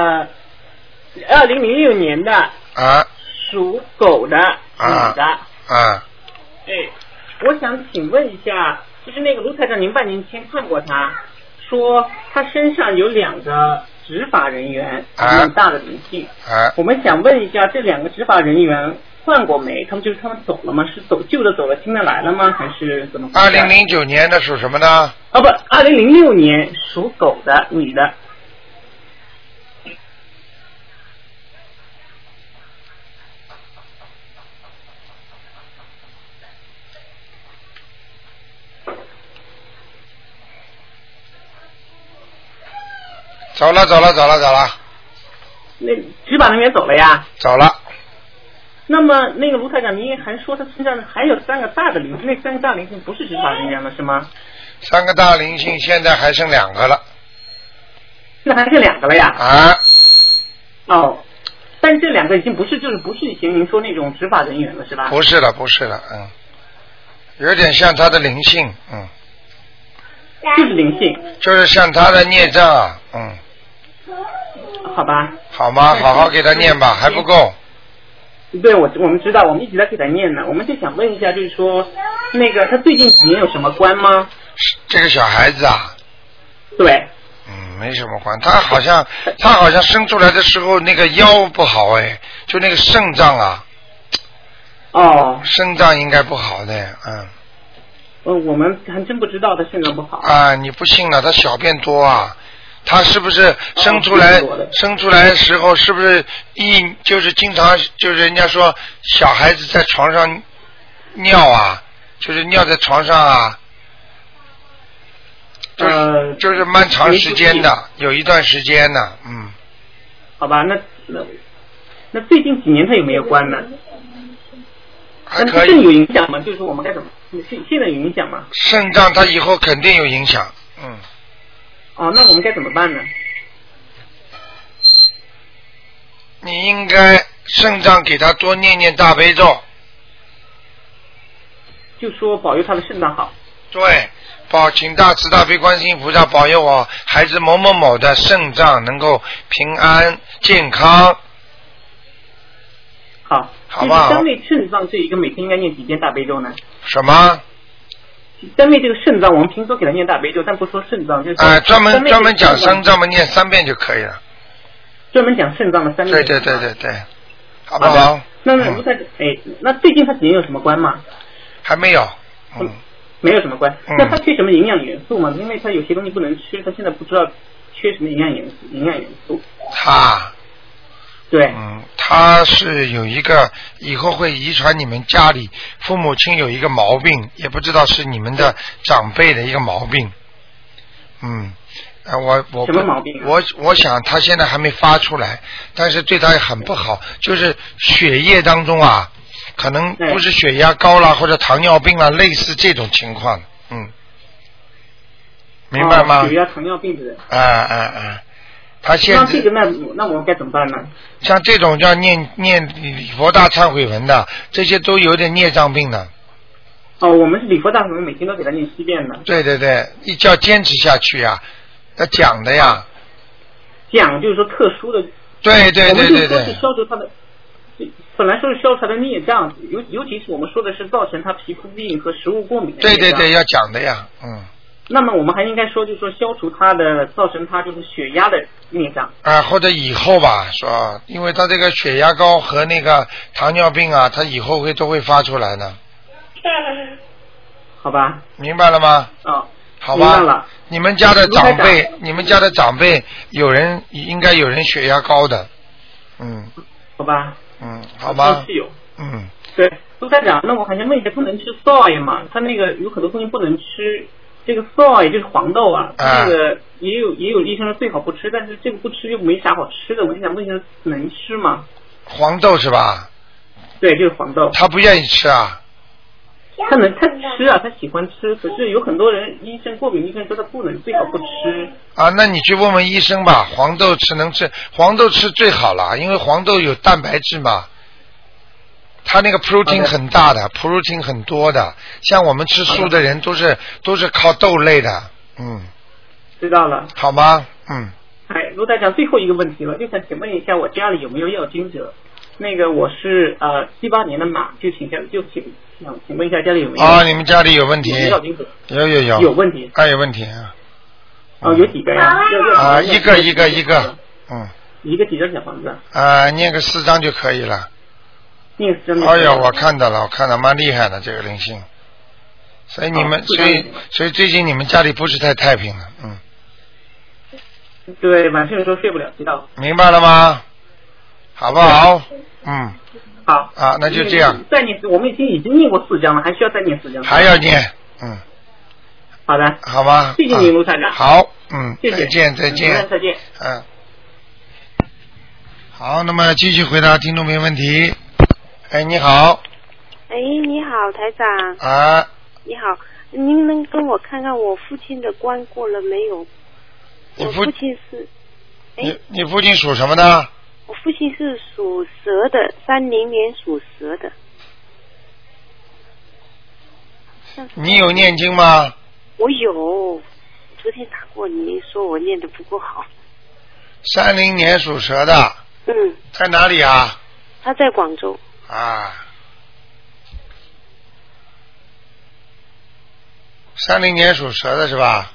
Speaker 7: 2006年的属狗的女的。哎，我想请问一下，就是那个卢台长，您半年前看过他，说他身上有2个执法人员，很大的灵性。我们想问一下，这2个执法人员换过没？他们走了吗？是旧的走了，新的来了吗？还是怎么
Speaker 1: ？2009年的属什么呢
Speaker 7: ？2006年属狗的女的。
Speaker 1: 走了。
Speaker 7: 那执法人员走了呀？
Speaker 1: 走了。
Speaker 7: 那么那个卢台长，您还说他身上还有3个大的灵性，那3个大灵性不是执法人员了是吗
Speaker 1: ？3个大灵性现在还剩2个了。
Speaker 7: 现在还剩2个了呀？但是这2个已经不是以前您说那种执法人员了是吧？
Speaker 1: 不是了，有点像他的灵性，
Speaker 7: 就是灵性，
Speaker 1: 就是像他的孽障啊，
Speaker 7: 好吧。
Speaker 1: 好吗？好好给他念吧，还不够。
Speaker 7: 对，我们知道，我们一直在给他念呢。我们就想问一下，就是说，那个他最近几年有什么关吗？
Speaker 1: 这个小孩子啊？
Speaker 7: 对。
Speaker 1: 没什么关。他好像生出来的时候那个腰不好就那个肾脏啊。肾脏应该不好的，
Speaker 7: 我们还真不知道他肾脏不好。
Speaker 1: 你不信了，他小便多啊。他是不是生出来的时候是不是就是经常就是人家说小孩子在床上尿啊，就是尿在床上啊，就是蛮长时间的，有一段时间呢。
Speaker 7: 好吧，那最近几年他有没有关呢？
Speaker 1: 还可以。
Speaker 7: 肾有影响吗？就是说我们该怎么？现在有影响吗？
Speaker 1: 肾脏他以后肯定有影响。
Speaker 7: 那我们该怎么办呢？
Speaker 1: 你应该肾脏给他多念念大悲咒，
Speaker 7: 就说保佑他的肾脏好。
Speaker 1: 对，请大慈大悲观世音菩萨保佑我孩子某某某的肾脏能够平安健康。好不好？
Speaker 7: 单位肾脏这一个每天应该念几遍大悲咒呢？
Speaker 1: 什么？
Speaker 7: 单位这个肾脏，我们平时都给他念大悲咒，但不说肾脏，就是
Speaker 1: 专门讲肾脏，念3遍就可以了。
Speaker 7: 专门讲肾脏的3遍。
Speaker 1: 对，好不好？
Speaker 7: 那那最近他几年有什么关吗？
Speaker 1: 还没有。
Speaker 7: 没有什么关。那他缺什么营养元素吗？因为他有些东西不能吃，他现在不知道缺什么营养元素。对。
Speaker 1: 他是有一个以后会遗传你们家里父母亲有一个毛病，也不知道是你们的长辈的一个毛病。
Speaker 7: 什么毛病？
Speaker 1: 我想他现在还没发出来，但是对他很不好，就是血液当中啊，可能不是血压高了或者糖尿病了，类似这种情况。明白吗？
Speaker 7: 血压糖尿病的人。
Speaker 1: 他现在
Speaker 7: 那我们该怎么办呢？
Speaker 1: 像这种叫念礼佛大忏悔文的，这些都有点孽障病的。
Speaker 7: 我们是礼佛大忏悔文，每天都给他念7遍的。
Speaker 1: 对，一叫坚持下去呀，要讲的呀。
Speaker 7: 讲就是说特殊的。
Speaker 1: 对。
Speaker 7: 我们就说是消除他的，本来说是消除他的孽障，尤其是我们说的是造成他皮肤病和食物过敏的孽障。
Speaker 1: 对，要讲的呀。
Speaker 7: 那么我们还应该说，就是说消除他的造成他就是血压的孽障
Speaker 1: 或者以后吧，说因为他这个血压高和那个糖尿病啊，他以后都会发出来的。
Speaker 7: 好吧。
Speaker 1: 明白了吗？好吧。
Speaker 7: 明白了。
Speaker 1: 你们家的长辈应该有人血压高的。
Speaker 7: 好吧。
Speaker 1: 好吧。
Speaker 7: 是有。
Speaker 1: 对。
Speaker 7: 卢台长，那我还想问一下，他能吃 soy 吗？他那个有很多东西不能吃。这个 soy 就是黄豆啊，这个也有医生说最好不吃，但是这个不吃又没啥好吃的，我就想问一下，能吃吗？
Speaker 1: 黄豆是吧？
Speaker 7: 对，就是黄豆。
Speaker 1: 他不愿意吃啊？
Speaker 7: 他吃啊，他喜欢吃，可是有很多人过敏医生说他不能，最好不吃。
Speaker 1: 啊，那你去问问医生吧，黄豆能吃，黄豆吃最好了，因为黄豆有蛋白质嘛。它那个 protein 很大的 ，protein 很多的，像我们吃素的人都是靠豆类的，
Speaker 7: 知道了。
Speaker 1: 好吗？
Speaker 7: 卢台长，最后一个问题了，就想请问一下，我家里有没有要经者？那个我是78年的马，请问一下家里有没有？
Speaker 1: 啊，你们家里有问题？
Speaker 7: 要经者？
Speaker 1: 有
Speaker 7: 问题。
Speaker 1: 有问题啊。
Speaker 7: 有几个呀？
Speaker 1: 一个。一个几
Speaker 7: 张小房子？
Speaker 1: 念个4张就可以了。
Speaker 7: 哎
Speaker 1: 呀，我看到了，蛮厉害的这个灵性，所以你们，所以最近你们家里不是太平了，
Speaker 7: 对，晚上有时候睡不了，知道。
Speaker 1: 明白了吗？好不好？
Speaker 7: 好。
Speaker 1: 啊，那就这样。
Speaker 7: 再念，我们已经念过4张了，还需要再念4张。
Speaker 1: 还要念，
Speaker 7: 好的。
Speaker 1: 好吧。
Speaker 7: 谢谢你，卢台长。
Speaker 1: 好，
Speaker 7: 谢谢。
Speaker 1: 再见。
Speaker 7: 再见。
Speaker 1: 好，那么继续回答听众朋友问题。哎，你好。
Speaker 8: 哎，你好，台长。
Speaker 1: 啊。
Speaker 8: 你好，您能跟我看看我父亲的关过了没有？我父亲是。
Speaker 1: 你父亲属什么的？
Speaker 8: 我父亲是属蛇的，30年属蛇的。
Speaker 1: 你有念经吗？
Speaker 8: 我有，昨天打过，你说我念的不够好。
Speaker 1: 30年属蛇的。在哪里啊？
Speaker 8: 他在广州。
Speaker 1: 30年属蛇的是吧？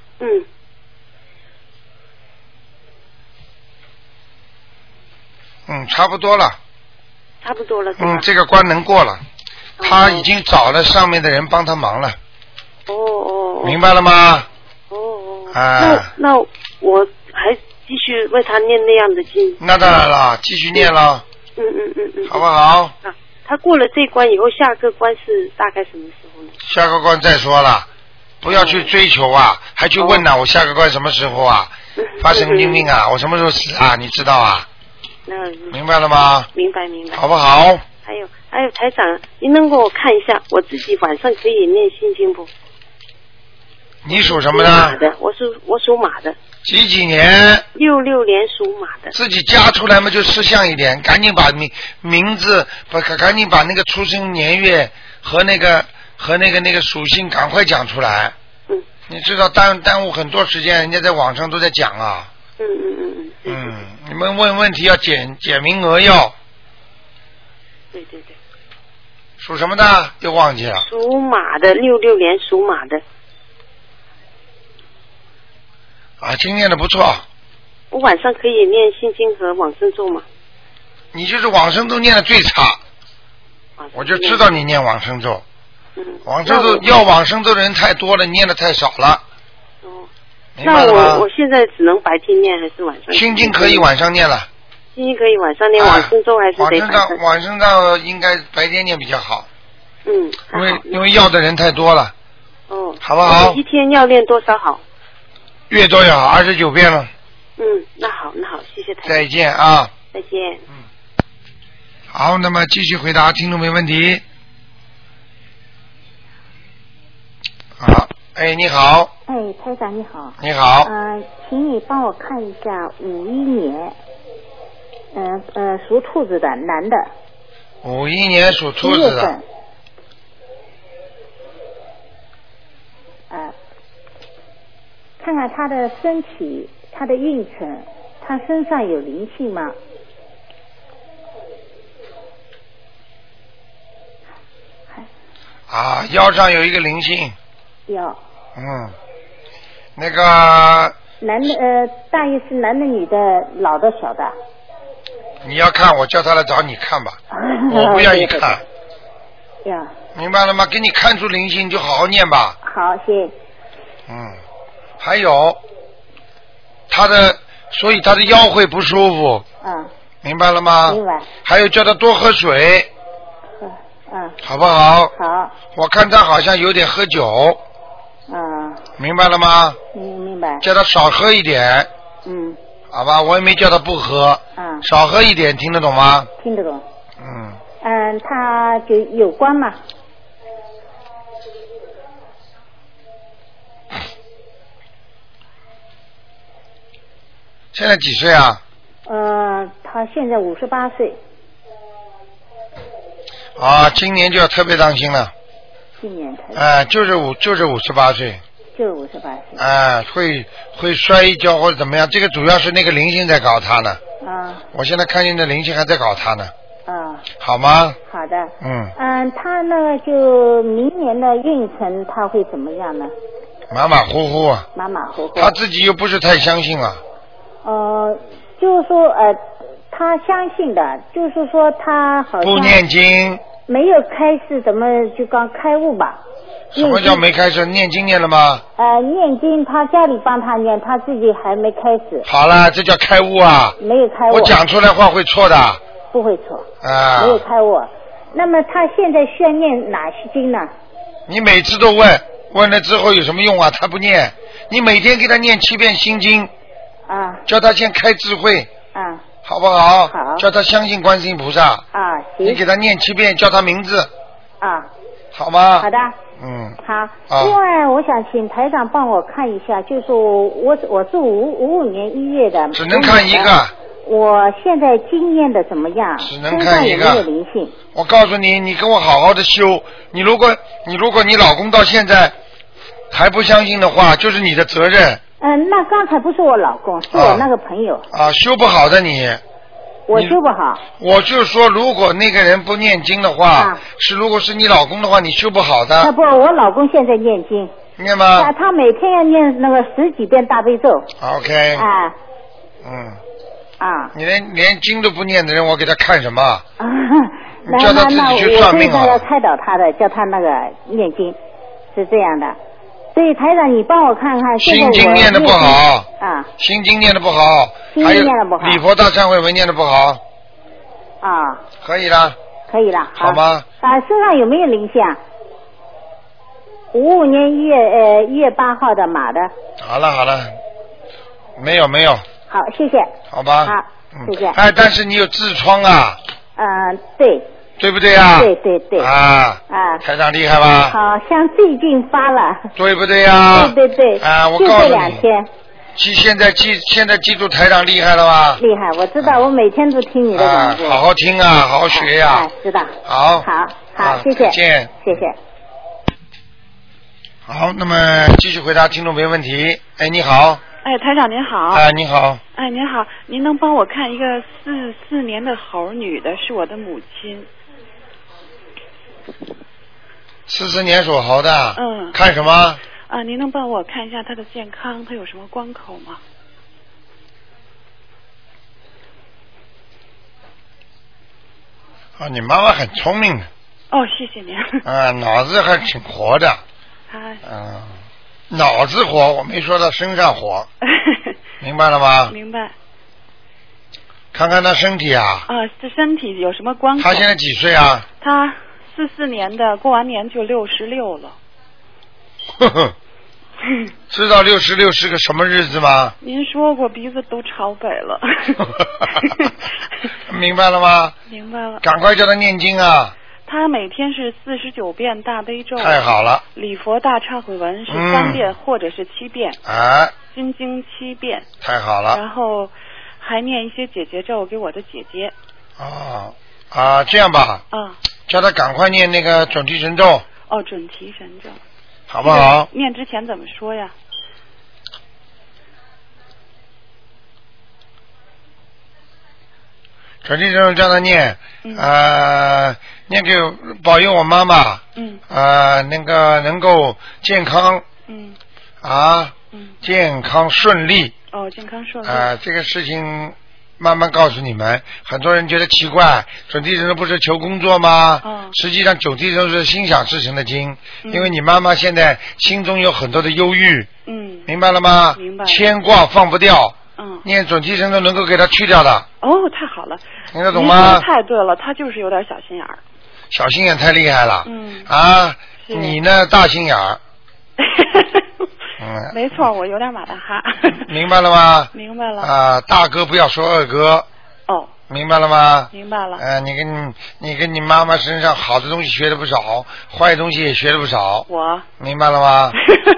Speaker 1: 差不多了。
Speaker 8: 差不多了是吧？
Speaker 1: 这个关能过了，他已经找了上面的人帮他忙了。明白了吗？
Speaker 8: 那我还继续为他念那样的经。
Speaker 1: 那当然了，继续念了。好不好？
Speaker 8: 他过了这关以后，下个关是大概什么时候呢？
Speaker 1: 下个关再说了，不要去追求啊，还去问呢，我下个关什么时候啊？发神经病啊！我什么时候死啊？你知道啊？明白了吗？
Speaker 8: 明白。
Speaker 1: 好不好？
Speaker 8: 还有台长，您能给我看一下，我自己晚上可以念心经不？
Speaker 1: 你属什么的？
Speaker 8: 我属马的。
Speaker 1: 几年
Speaker 8: ？66年属马的。
Speaker 1: 自己加出来嘛，就识相一点，赶紧把名字，赶紧把那个出生年月和那个属性赶快讲出来。你知道耽误很多时间，人家在网上都在讲啊。你们问问题要简明扼要。
Speaker 8: 对。
Speaker 1: 属什么的？又忘记了。
Speaker 8: 属马的，66年属马的。
Speaker 1: 经念的不错。
Speaker 8: 我晚上可以念心经和往生咒吗？
Speaker 1: 你就是往生咒念的最差，我就知道你念往生咒。往生咒要往生咒的人太多了，念的太少了。明白了吗？
Speaker 8: 那我现在只能白天念还是晚上？
Speaker 1: 心经可以晚上念了。
Speaker 8: 心经可以晚上念，往生咒还是得白天？
Speaker 1: 往生咒应该白天念比较好。因为要的人太多了。好不好？
Speaker 8: 一天要念多少好？
Speaker 1: 越多越好，29遍了。
Speaker 8: 那好，谢谢台长。
Speaker 1: 再见啊！
Speaker 8: 再见。
Speaker 1: 好，那么继续回答听众没问题。好，你好。
Speaker 9: 台长你好。
Speaker 1: 你好。
Speaker 9: 请你帮我看一下51年，属兔子的男的。
Speaker 1: 51年属兔子的。
Speaker 9: 看看他的身体，他的运程，他身上有灵性吗？
Speaker 1: 腰上有一个灵性。
Speaker 9: 有。
Speaker 1: 那个。
Speaker 9: 男的，大约是男的、女的、老的、小的。
Speaker 1: 你要看，我叫他来找你看吧。我不愿意看。明白了吗？给你看出灵性，你就好好念吧。
Speaker 9: 好，谢谢。
Speaker 1: 还有所以他的腰会不舒服。明白了吗？
Speaker 9: 明白。
Speaker 1: 还有叫他多喝水。好不好？
Speaker 9: 好。
Speaker 1: 我看他好像有点喝酒。明白了吗？
Speaker 9: 明白。
Speaker 1: 叫他少喝一点。好吧，我也没叫他不喝。少喝一点，听得懂吗？
Speaker 9: 听得懂。他就有关吗？
Speaker 1: 现在几岁啊？
Speaker 9: 他现在58岁。
Speaker 1: 啊，今年就要特别当心了。
Speaker 9: 今年才。
Speaker 1: 就是58岁。
Speaker 9: 就是58岁。
Speaker 1: 会摔一跤或者怎么样？这个主要是那个灵性在搞他呢。我现在看见的灵性还在搞他呢。好吗？
Speaker 9: 好的。他呢就明年的运程他会怎么样呢？
Speaker 1: 马马虎虎。
Speaker 9: 马马虎虎。
Speaker 1: 他自己又不是太相信了。
Speaker 9: 就是说他相信的，就是说他好像
Speaker 1: 不念经，
Speaker 9: 没有开始，怎么就刚开悟吧？
Speaker 1: 什么叫没开始？念经念了吗？
Speaker 9: 念经，他家里帮他念，他自己还没开始。
Speaker 1: 好了，这叫开悟啊！
Speaker 9: 没有开悟。
Speaker 1: 我讲出来话会错的。
Speaker 9: 不会错。没有开悟。那么他现在需要念哪些经呢？你
Speaker 1: 每次都问了之后有什么用啊？他不念，你每天给他念7遍心经。叫他先开智慧。好不好？
Speaker 9: 好。
Speaker 1: 叫他相信观世音菩萨。
Speaker 9: 行。
Speaker 1: 你给他念7遍，叫他名字。好吗？
Speaker 9: 好的。好。另外，我想请台长帮我看一下，就是我是55年1月的。
Speaker 1: 只能看一个。
Speaker 9: 我现在经验的怎么样？
Speaker 1: 只能看一个。
Speaker 9: 身上有没有灵性？
Speaker 1: 我告诉你，你跟我好好的修。你如果你老公到现在还不相信的话，就是你的责任。
Speaker 9: 那刚才不是我老公，是我那个朋友。
Speaker 1: 修不好的你。
Speaker 9: 我修不好。
Speaker 1: 我就说，如果那个人不念经的话，如果是你老公的话，你修不好的。
Speaker 9: 不，我老公现在念经。
Speaker 1: 念吗？
Speaker 9: 他每天要念那个10几遍大悲咒。
Speaker 1: OK。你连经都不念的人，我给他看什么？你叫他自己去算命啊！
Speaker 9: 我可以开导他的，叫他那个念经，是这样的。所以台长，你帮我看看。
Speaker 1: 心经念的不好。心经念的不好。
Speaker 9: 心经念的不好。
Speaker 1: 礼佛大忏悔文念的不好。可以了。
Speaker 9: 可以了。
Speaker 1: 好吗？
Speaker 9: 身上有没有灵性？55年1月8号的马的。
Speaker 1: 好了，没有。
Speaker 9: 好，谢谢。
Speaker 1: 好吧。
Speaker 9: 好，谢谢。
Speaker 1: 但是你有痔疮啊。
Speaker 9: 对。
Speaker 1: 对不对啊？
Speaker 9: 对。
Speaker 1: 台长厉害吧？
Speaker 9: 好像最近发了。
Speaker 1: 对不对呀？
Speaker 9: 对。
Speaker 1: 我告诉你。
Speaker 9: 就这2天。
Speaker 1: 现在记住台长厉害了吧？
Speaker 9: 厉害，我知道，我每天都听你的广播。
Speaker 1: 好好听啊，好好学呀。
Speaker 9: 知道。
Speaker 1: 好，
Speaker 9: 谢谢。
Speaker 1: 再见。
Speaker 9: 谢谢。
Speaker 1: 好，那么继续回答听众朋友问题。你好。
Speaker 10: 台长您好。
Speaker 1: 你好。
Speaker 10: 您好，您能帮我看一个44年的猴女的，是我的母亲。
Speaker 1: 44年属猴的。看什么？
Speaker 10: 您能帮我看一下她的健康，她有什么关口吗？
Speaker 1: 你妈妈很聪明的。
Speaker 10: 谢谢您。
Speaker 1: 脑子还挺活的。脑子活，我没说到身上活。明白了吗？
Speaker 10: 明白。
Speaker 1: 看看他身体啊。
Speaker 10: 这身体有什么关口？
Speaker 1: 他现在几岁啊？
Speaker 10: 他44年的，过完年就66了。
Speaker 1: 知道66是个什么日子吗？
Speaker 10: 您说过，鼻子都朝北了。
Speaker 1: 明白了吗？
Speaker 10: 明白了。
Speaker 1: 赶快叫他念经啊！
Speaker 10: 他每天是49遍大悲咒。
Speaker 1: 太好了。
Speaker 10: 礼佛大忏悔文是3遍或者是7遍。心经7遍。
Speaker 1: 太好了。
Speaker 10: 然后还念一些解结咒给我的姐姐。
Speaker 1: 这样吧。叫他赶快念那个准提神咒。
Speaker 10: 准提神咒。
Speaker 1: 好不好？
Speaker 10: 念之前怎么说呀？
Speaker 1: 准提神咒叫他念，念给保佑我妈妈，那个能够健康，健康顺利。
Speaker 10: 健康顺利。
Speaker 1: 这个事情慢慢告诉你们。很多人觉得奇怪，准提神咒不是求工作吗？实际上准提神咒是心想事成的经，因为你妈妈现在心中有很多的忧郁，明白了吗？
Speaker 10: 明白。
Speaker 1: 牵挂放不掉，念准提神咒能够给他去掉的。
Speaker 10: 太好了。
Speaker 1: 听得懂吗？
Speaker 10: 太对了，他就是有点小心眼儿。
Speaker 1: 小心眼太厉害了。你呢大心眼儿。
Speaker 10: 没错，我有点马大哈。
Speaker 1: 明白了吗？
Speaker 10: 明白了。
Speaker 1: 大哥不要说二哥。 明白了吗？
Speaker 11: 明白了。
Speaker 1: 你跟你妈妈身上好的东西学的不少，坏的东西也学的不少。
Speaker 11: 我
Speaker 1: 明白了吗？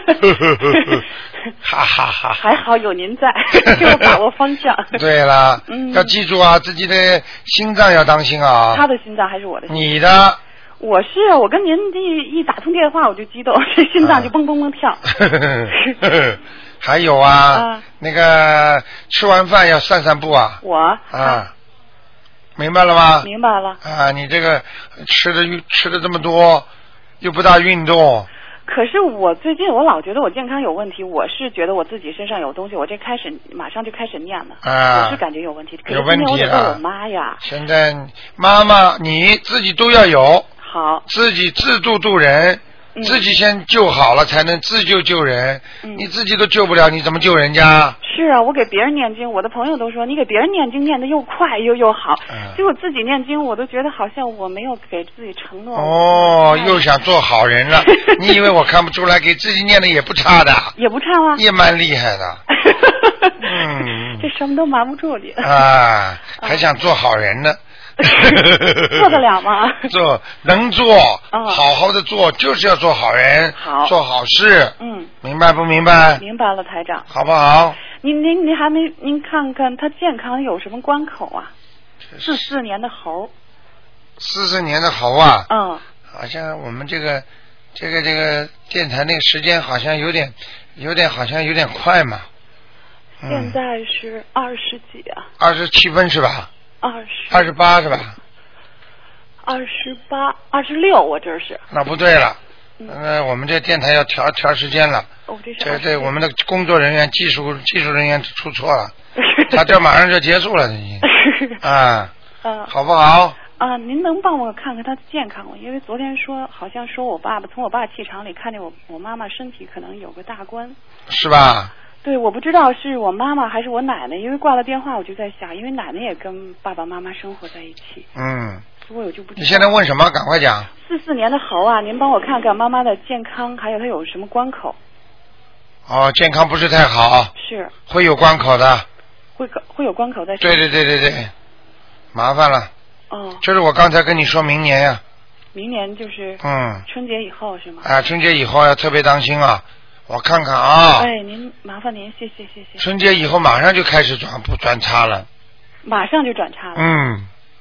Speaker 1: 哈哈哈！
Speaker 11: 还好有您在，给我把握方向。
Speaker 1: 对了，要记住啊，自己的心脏要当心啊。
Speaker 11: 他的心脏还是我的心脏？
Speaker 1: 你的。
Speaker 11: 我跟您一打通电话我就激动，这心脏就蹦蹦蹦跳。
Speaker 1: 还有啊，那个吃完饭要散散步啊。
Speaker 11: 我啊，
Speaker 1: 明白了吗？
Speaker 11: 明白了。
Speaker 1: 啊，你这个吃的这么多，又不大运动。
Speaker 11: 可是我最近我老觉得我健康有问题，我是觉得我自己身上有东西，我马上就开始念了。我是感觉有问题。
Speaker 1: 有问题了。
Speaker 11: 可是今天我得问我妈呀。
Speaker 1: 现在妈妈你自己都要有。
Speaker 11: 好。
Speaker 1: 自己自度度人。自己先救好了，才能自救人。你自己都救不了，你怎么救人家？
Speaker 11: 是啊，我给别人念经，我的朋友都说你给别人念经念得又快又好，结果自己念经，我都觉得好像我没有给自己承诺。
Speaker 1: 哦，又想做好人了。你以为我看不出来？给自己念的也不差的。
Speaker 11: 也不差啊。
Speaker 1: 也蛮厉害的。
Speaker 11: 这什么都瞒不住你。
Speaker 1: 啊，还想做好人呢。
Speaker 11: 做得了吗？
Speaker 1: 能做，好好的做，就是要做好人，做好事。明白不明白？
Speaker 11: 明白了，台长。
Speaker 1: 好不好？
Speaker 11: 您您看看他健康有什么关口啊？44年的猴。
Speaker 1: 44年的猴啊？
Speaker 11: 好
Speaker 1: 像我们这个电台那个时间好像有点好像有点快嘛。
Speaker 11: 现在是20几啊
Speaker 1: ？27分是吧？28是吧
Speaker 11: ？28、26，我这是。
Speaker 1: 那不对了，我们这电台要调时间了。这我们的工作人员、技术人员出错了，他这马上就结束了，已经。好不好？
Speaker 11: 您能帮我看看他的健康吗？因为昨天好像说我爸爸从我爸气场里看见我妈妈身体可能有个大关。
Speaker 1: 是吧？
Speaker 11: 对，我不知道是我妈妈还是我奶奶，因为挂了电话我就在想，因为奶奶也跟爸爸妈妈生活在一起。所以我就不知道。
Speaker 1: 你现在问什么？赶快讲。
Speaker 11: 44年的猴啊，您帮我看看妈妈的健康，还有她有什么关口？
Speaker 1: 健康不是太好。
Speaker 11: 是。
Speaker 1: 会有关口的。
Speaker 11: 会有关口在。
Speaker 1: 对，麻烦了。就是我刚才跟你说明年呀。
Speaker 11: 明年就是春节以后是吗？
Speaker 1: 春节以后要特别当心啊。我看看啊！
Speaker 11: 您麻烦您，谢谢。
Speaker 1: 春节以后马上就开始转差了。
Speaker 11: 马上就转差了。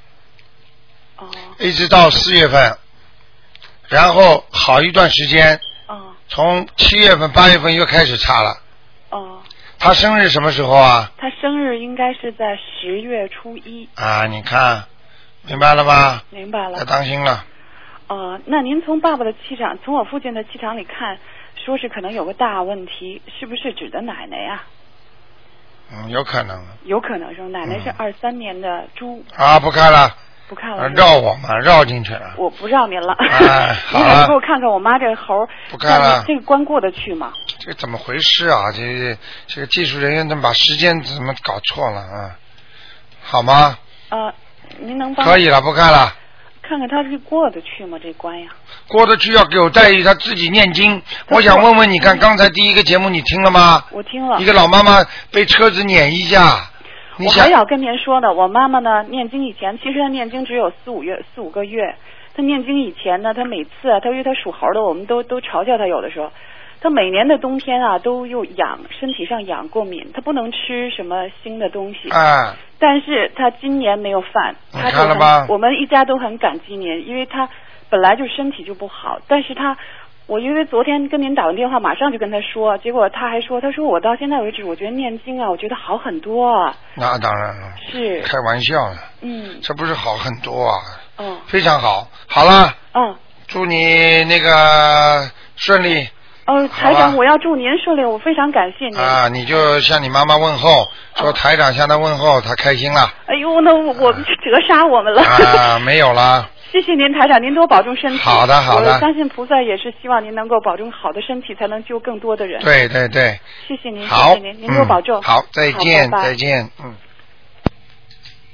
Speaker 1: 一直到4月份，然后好一段时间。从7月份、8月份又开始差了。他生日什么时候啊？
Speaker 11: 他生日应该是在10月初1。
Speaker 1: 你看，明白了吗？
Speaker 11: 明白了。
Speaker 1: 要当心了。
Speaker 11: 那您从爸爸的气场，从我父亲的气场里看。说是可能有个大问题，是不是指的奶奶呀？
Speaker 1: 有可能。
Speaker 11: 有可能是奶奶是23年的猪。
Speaker 1: 不看了。
Speaker 11: 不看了。
Speaker 1: 绕我嘛，绕进去了。
Speaker 11: 我不绕您了。
Speaker 1: 好
Speaker 11: 您还给我看看我妈这个猴。
Speaker 1: 不看了。
Speaker 11: 这个关过得去吗？
Speaker 1: 这个怎么回事啊？这个技术人员怎么把时间怎么搞错了啊？好吗？
Speaker 11: 您能帮？
Speaker 1: 可以了，不看了。
Speaker 11: 看看他是过得去吗？这关呀？
Speaker 1: 过得去要有待于他自己念经。我想问问你看，刚才第一个节目你听了吗？
Speaker 11: 我听了。
Speaker 1: 一个老妈妈被车子碾一下。
Speaker 11: 我还要跟您说呢，我妈妈呢念经以前，其实她念经只有4、5个月。她念经以前呢，她每次她因为她属猴的，我们都嘲笑她，有的时候，她每年的冬天都又身体上痒过敏，她不能吃什么新的东西。但是她今年没有犯。
Speaker 1: 你看了吗？
Speaker 11: 我们一家都很感激您，因为她本来就身体就不好，但是我因为昨天跟您打完电话，马上就跟他说，结果他说我到现在为止，我觉得念经我觉得好很多啊。
Speaker 1: 那当然了。
Speaker 11: 是。
Speaker 1: 开玩笑了。这不是好很多啊。非常好。好了。祝你那个顺利。
Speaker 11: 台长，我要祝您顺利，我非常感谢您。
Speaker 1: 你就向你妈妈问候，说台长向她问候，她开心了。
Speaker 11: 哎呦，那我折杀我们了。
Speaker 1: 没有了。
Speaker 11: 谢谢您，台长，您多保重身体。
Speaker 1: 好的。
Speaker 11: 我相信菩萨也是希望您能够保重好的身体，才能救更多的人。
Speaker 1: 对。
Speaker 11: 谢谢您，
Speaker 1: 好，
Speaker 11: 您多保重。
Speaker 1: 好，再见。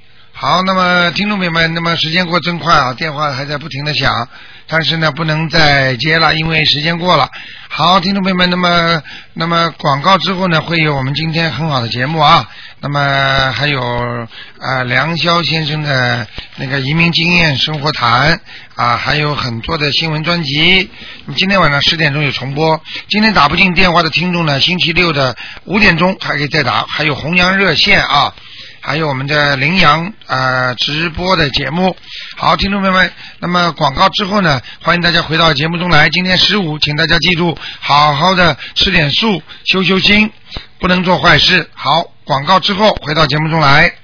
Speaker 1: 好，那么听众朋友们，那么时间过真快啊，电话还在不停的响，但是呢不能再接了，因为时间过了。好，听众朋友们，那么广告之后呢，会有我们今天很好的节目啊。那么还有梁霄先生的那个移民经验生活谈啊，还有很多的新闻专辑。今天晚上10点钟有重播。今天打不进电话的听众呢，星期六的5点钟还可以再打，还有弘扬热线啊。还有我们的羚羊直播的节目。好，听众朋友们，那么广告之后呢，欢迎大家回到节目中来。今天15，请大家记住，好好的吃点素，修修心，不能做坏事。好，广告之后回到节目中来。